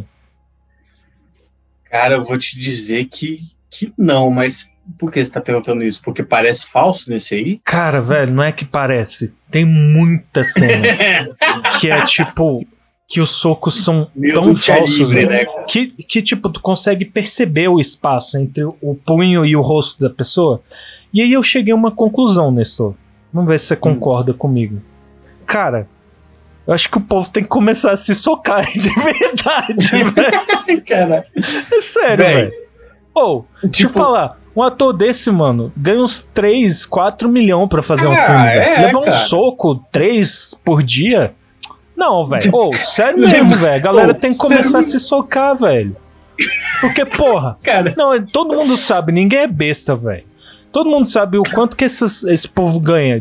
[SPEAKER 5] Cara, eu vou te dizer que não, mas por que você tá perguntando isso? Porque parece falso nesse aí?
[SPEAKER 4] Cara, velho, não é que parece. Tem muita cena que é tipo... que os socos são tão falsos,
[SPEAKER 5] livre, né?
[SPEAKER 4] que tipo, tu consegue perceber o espaço entre o punho e o rosto da pessoa. E aí eu cheguei a uma conclusão, Nestor. Vamos ver se você concorda comigo. Cara, eu acho que o povo tem que começar a se socar de verdade, velho.
[SPEAKER 5] Cara,
[SPEAKER 4] é sério, velho. Deixa eu falar. Um ator desse, mano, ganha uns 3, 4 milhões pra fazer um filme. Levar um soco 3 por dia... Não, velho. Sério mesmo, velho. A galera tem que começar a se socar, velho. Porque, porra...
[SPEAKER 5] Cara.
[SPEAKER 4] Não, todo mundo sabe. Ninguém é besta, velho. Todo mundo sabe o quanto que esse povo ganha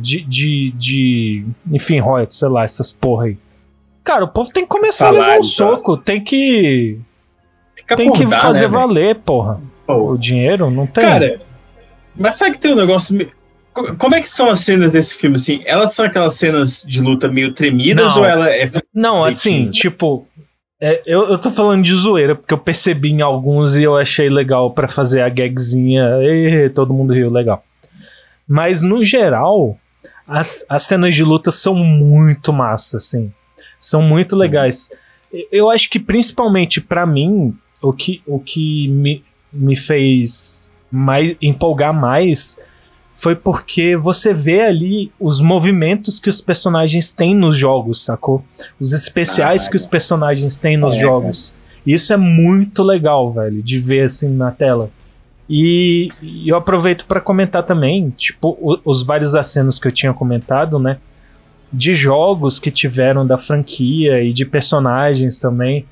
[SPEAKER 4] de enfim, royalties, sei lá, essas porra aí. Cara, o povo tem que começar a levar um soco. Tem que fazer, né, valer, porra. O dinheiro não tem.
[SPEAKER 5] Cara, mas sabe que tem um negócio... Como é que são as cenas desse filme, assim? Elas são aquelas cenas de luta meio tremidas ou ela é...
[SPEAKER 4] Não, assim, tipo... eu tô falando de zoeira, porque eu percebi em alguns e eu achei legal pra fazer a gagzinha. E todo mundo riu, legal. Mas, no geral, as cenas de luta são muito massa, assim. São muito legais. Eu acho que, principalmente pra mim, o que me fez empolgar mais... foi porque você vê ali os movimentos que os personagens têm nos jogos, sacou? Os especiais que os personagens têm nos jogos. Isso é muito legal, velho, de ver assim na tela. E eu aproveito pra comentar também, tipo, os vários acenos que eu tinha comentado, né? De jogos que tiveram da franquia e de personagens também.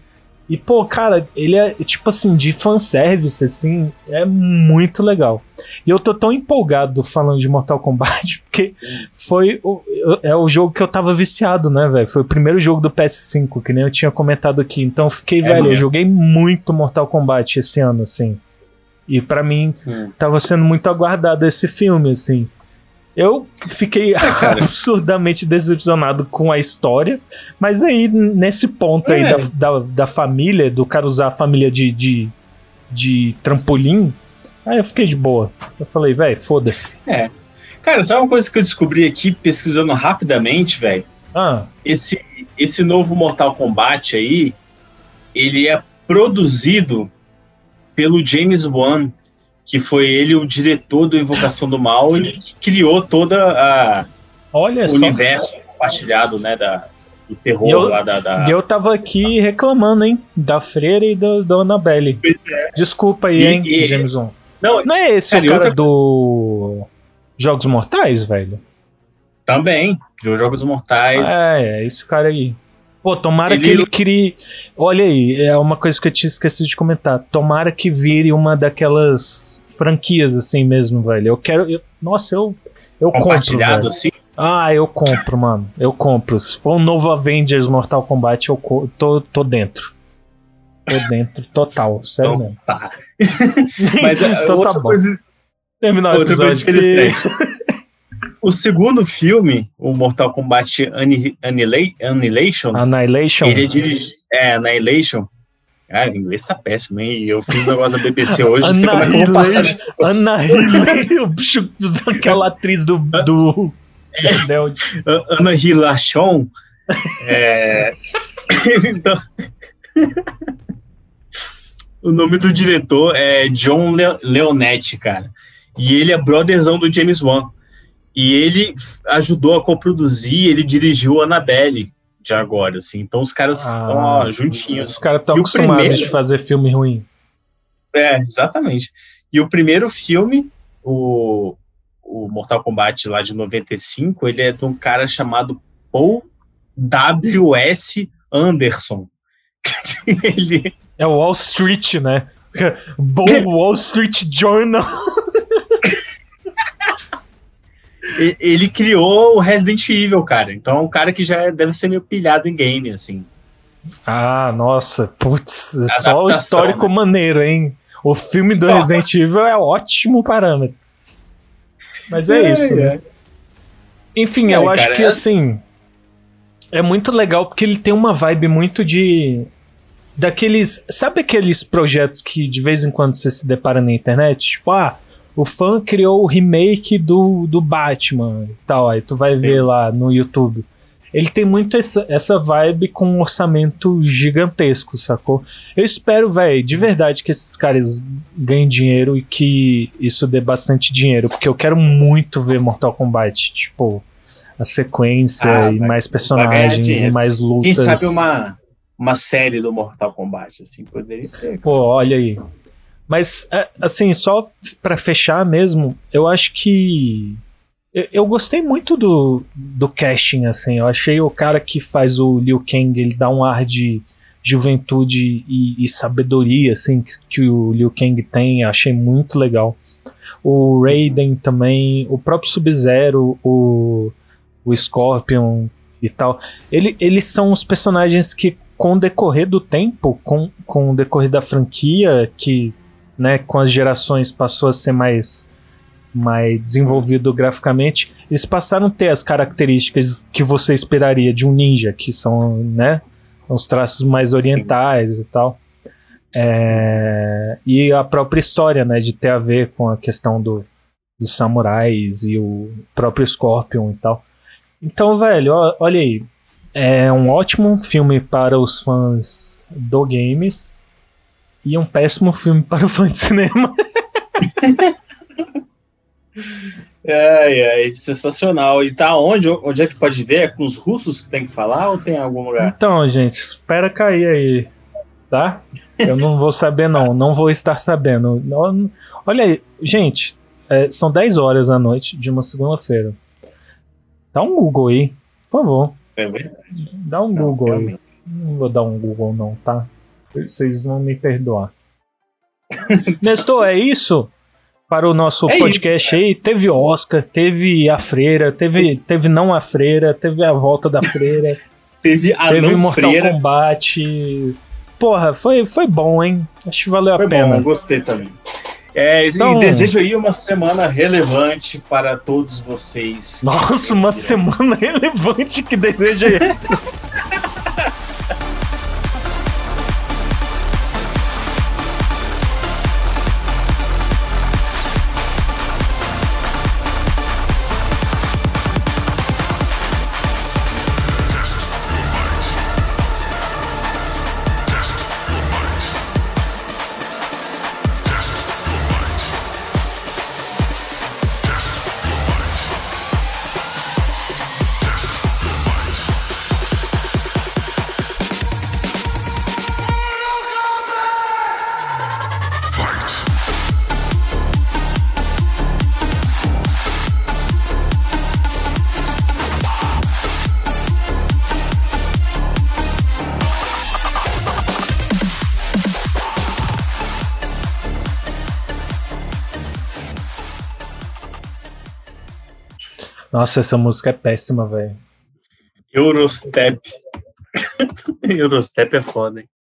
[SPEAKER 4] E, pô, cara, ele é, tipo assim, de fanservice, assim, é muito legal. E eu tô tão empolgado falando de Mortal Kombat, porque é o jogo que eu tava viciado, né, velho? Foi o primeiro jogo do PS5, que nem eu tinha comentado aqui. Então eu fiquei, velho, eu joguei muito Mortal Kombat esse ano, assim. E pra mim, tava sendo muito aguardado esse filme, assim. Eu fiquei absurdamente decepcionado com a história, mas aí, nesse ponto aí da família, do cara usar a família de trampolim, aí eu fiquei de boa. Eu falei, velho, foda-se.
[SPEAKER 5] Cara, sabe uma coisa que eu descobri aqui, pesquisando rapidamente, velho? Esse novo Mortal Kombat aí, ele é produzido pelo James Wan, que foi ele o diretor do Invocação do Mal e que criou toda o universo compartilhado, né, do terror lá da...
[SPEAKER 4] E eu tava aqui reclamando, hein, da Freira e da Annabelle. Desculpa aí, hein, James Wan. Não é esse o cara do Jogos Mortais, velho?
[SPEAKER 5] Também, criou Jogos Mortais.
[SPEAKER 4] É esse cara aí. Pô, tomara que ele crie... Olha aí, é uma coisa que eu tinha esquecido de comentar. Tomara que vire uma daquelas franquias assim mesmo, velho. Eu quero... Nossa, eu compro,
[SPEAKER 5] compartilhado assim?
[SPEAKER 4] Eu compro, mano. Eu compro. Se for um novo Avengers Mortal Kombat, eu tô dentro. Tô dentro, total. Sério mesmo.
[SPEAKER 5] Tá. Mas
[SPEAKER 4] então
[SPEAKER 5] outra
[SPEAKER 4] tá bom.
[SPEAKER 5] coisa...
[SPEAKER 4] Terminar o episódio.
[SPEAKER 5] O segundo filme, o Mortal Kombat Annihilation, ele é dirigido... Annihilation. O inglês tá péssimo, hein? Eu fiz um negócio da BBC hoje, não sei como é que eu vou passar nesse
[SPEAKER 4] Annihilation, o bicho daquela atriz do
[SPEAKER 5] Annihilation. Então... O nome do diretor é John Leonetti, cara. E ele é brotherzão do James Wan. E ele ajudou a coproduzir, ele dirigiu a Annabelle de agora, assim. Então os caras estão juntinhos.
[SPEAKER 4] Os caras estão acostumados de fazer filme ruim.
[SPEAKER 5] Exatamente. E o primeiro filme, o Mortal Kombat lá de 95, ele é de um cara chamado Paul W.S. Anderson. Ele...
[SPEAKER 4] É o Wall Street, né? Wall Street Journal.
[SPEAKER 5] Ele criou o Resident Evil, cara. Então é um cara que já deve ser meio pilhado em game, assim.
[SPEAKER 4] Nossa. Putz, só o histórico, né? Maneiro, hein? O filme do Resident Evil é ótimo parâmetro. Mas é isso, né? Enfim, eu acho que, assim... É muito legal porque ele tem uma vibe muito daqueles... Sabe aqueles projetos que de vez em quando você se depara na internet? Tipo, o fã criou o remake do Batman e tal, aí tu vai ver lá no YouTube. Ele tem muito essa vibe com um orçamento gigantesco, sacou? Eu espero, velho, de verdade que esses caras ganhem dinheiro e que isso dê bastante dinheiro, porque eu quero muito ver Mortal Kombat, tipo, a sequência e mais personagens e mais lutas.
[SPEAKER 5] Quem sabe uma série do Mortal Kombat, assim, poderia ter.
[SPEAKER 4] Pô, olha aí. Mas, assim, só pra fechar mesmo, eu acho que... Eu gostei muito do casting, assim. Eu achei o cara que faz o Liu Kang, ele dá um ar de juventude e sabedoria, assim, que o Liu Kang tem. Eu achei muito legal. O Raiden também, o próprio Sub-Zero, o Scorpion e tal. Eles são os personagens que, com o decorrer do tempo, com o decorrer da franquia, que... Né, com as gerações passou a ser mais desenvolvido graficamente, eles passaram a ter as características que você esperaria de um ninja, que são, né, os traços mais orientais. Sim. E tal. E a própria história, né, de ter a ver com a questão dos samurais e o próprio Scorpion e tal. Então, velho, olha aí, é um ótimo filme para os fãs do games. E um péssimo filme para o fã de cinema.
[SPEAKER 5] Sensacional. E tá onde? Onde é que pode ver? É com os russos que tem que falar ou tem algum lugar?
[SPEAKER 4] Então, gente, espera cair aí, tá? Eu não vou saber, não vou estar sabendo. Olha aí, gente, são 10 horas da noite de uma segunda-feira. Dá um Google aí, por favor.
[SPEAKER 5] É verdade.
[SPEAKER 4] Dá um Google aí. Não vou dar um Google não, tá? Vocês vão me perdoar. Nestor, é isso? Para o nosso podcast
[SPEAKER 5] isso,
[SPEAKER 4] aí, teve Oscar, teve a Freira, teve não a Freira, teve a volta da Freira,
[SPEAKER 5] teve
[SPEAKER 4] Mortal
[SPEAKER 5] Freira.
[SPEAKER 4] Kombat. Porra, foi bom, hein? Acho que valeu a pena.
[SPEAKER 5] Bom, gostei também.
[SPEAKER 4] Então,
[SPEAKER 5] e desejo aí uma semana relevante para todos vocês.
[SPEAKER 4] Nossa, uma semana relevante, que desejo é esse? Nossa, essa música é péssima, velho.
[SPEAKER 5] Eurostep. Eurostep é foda, hein?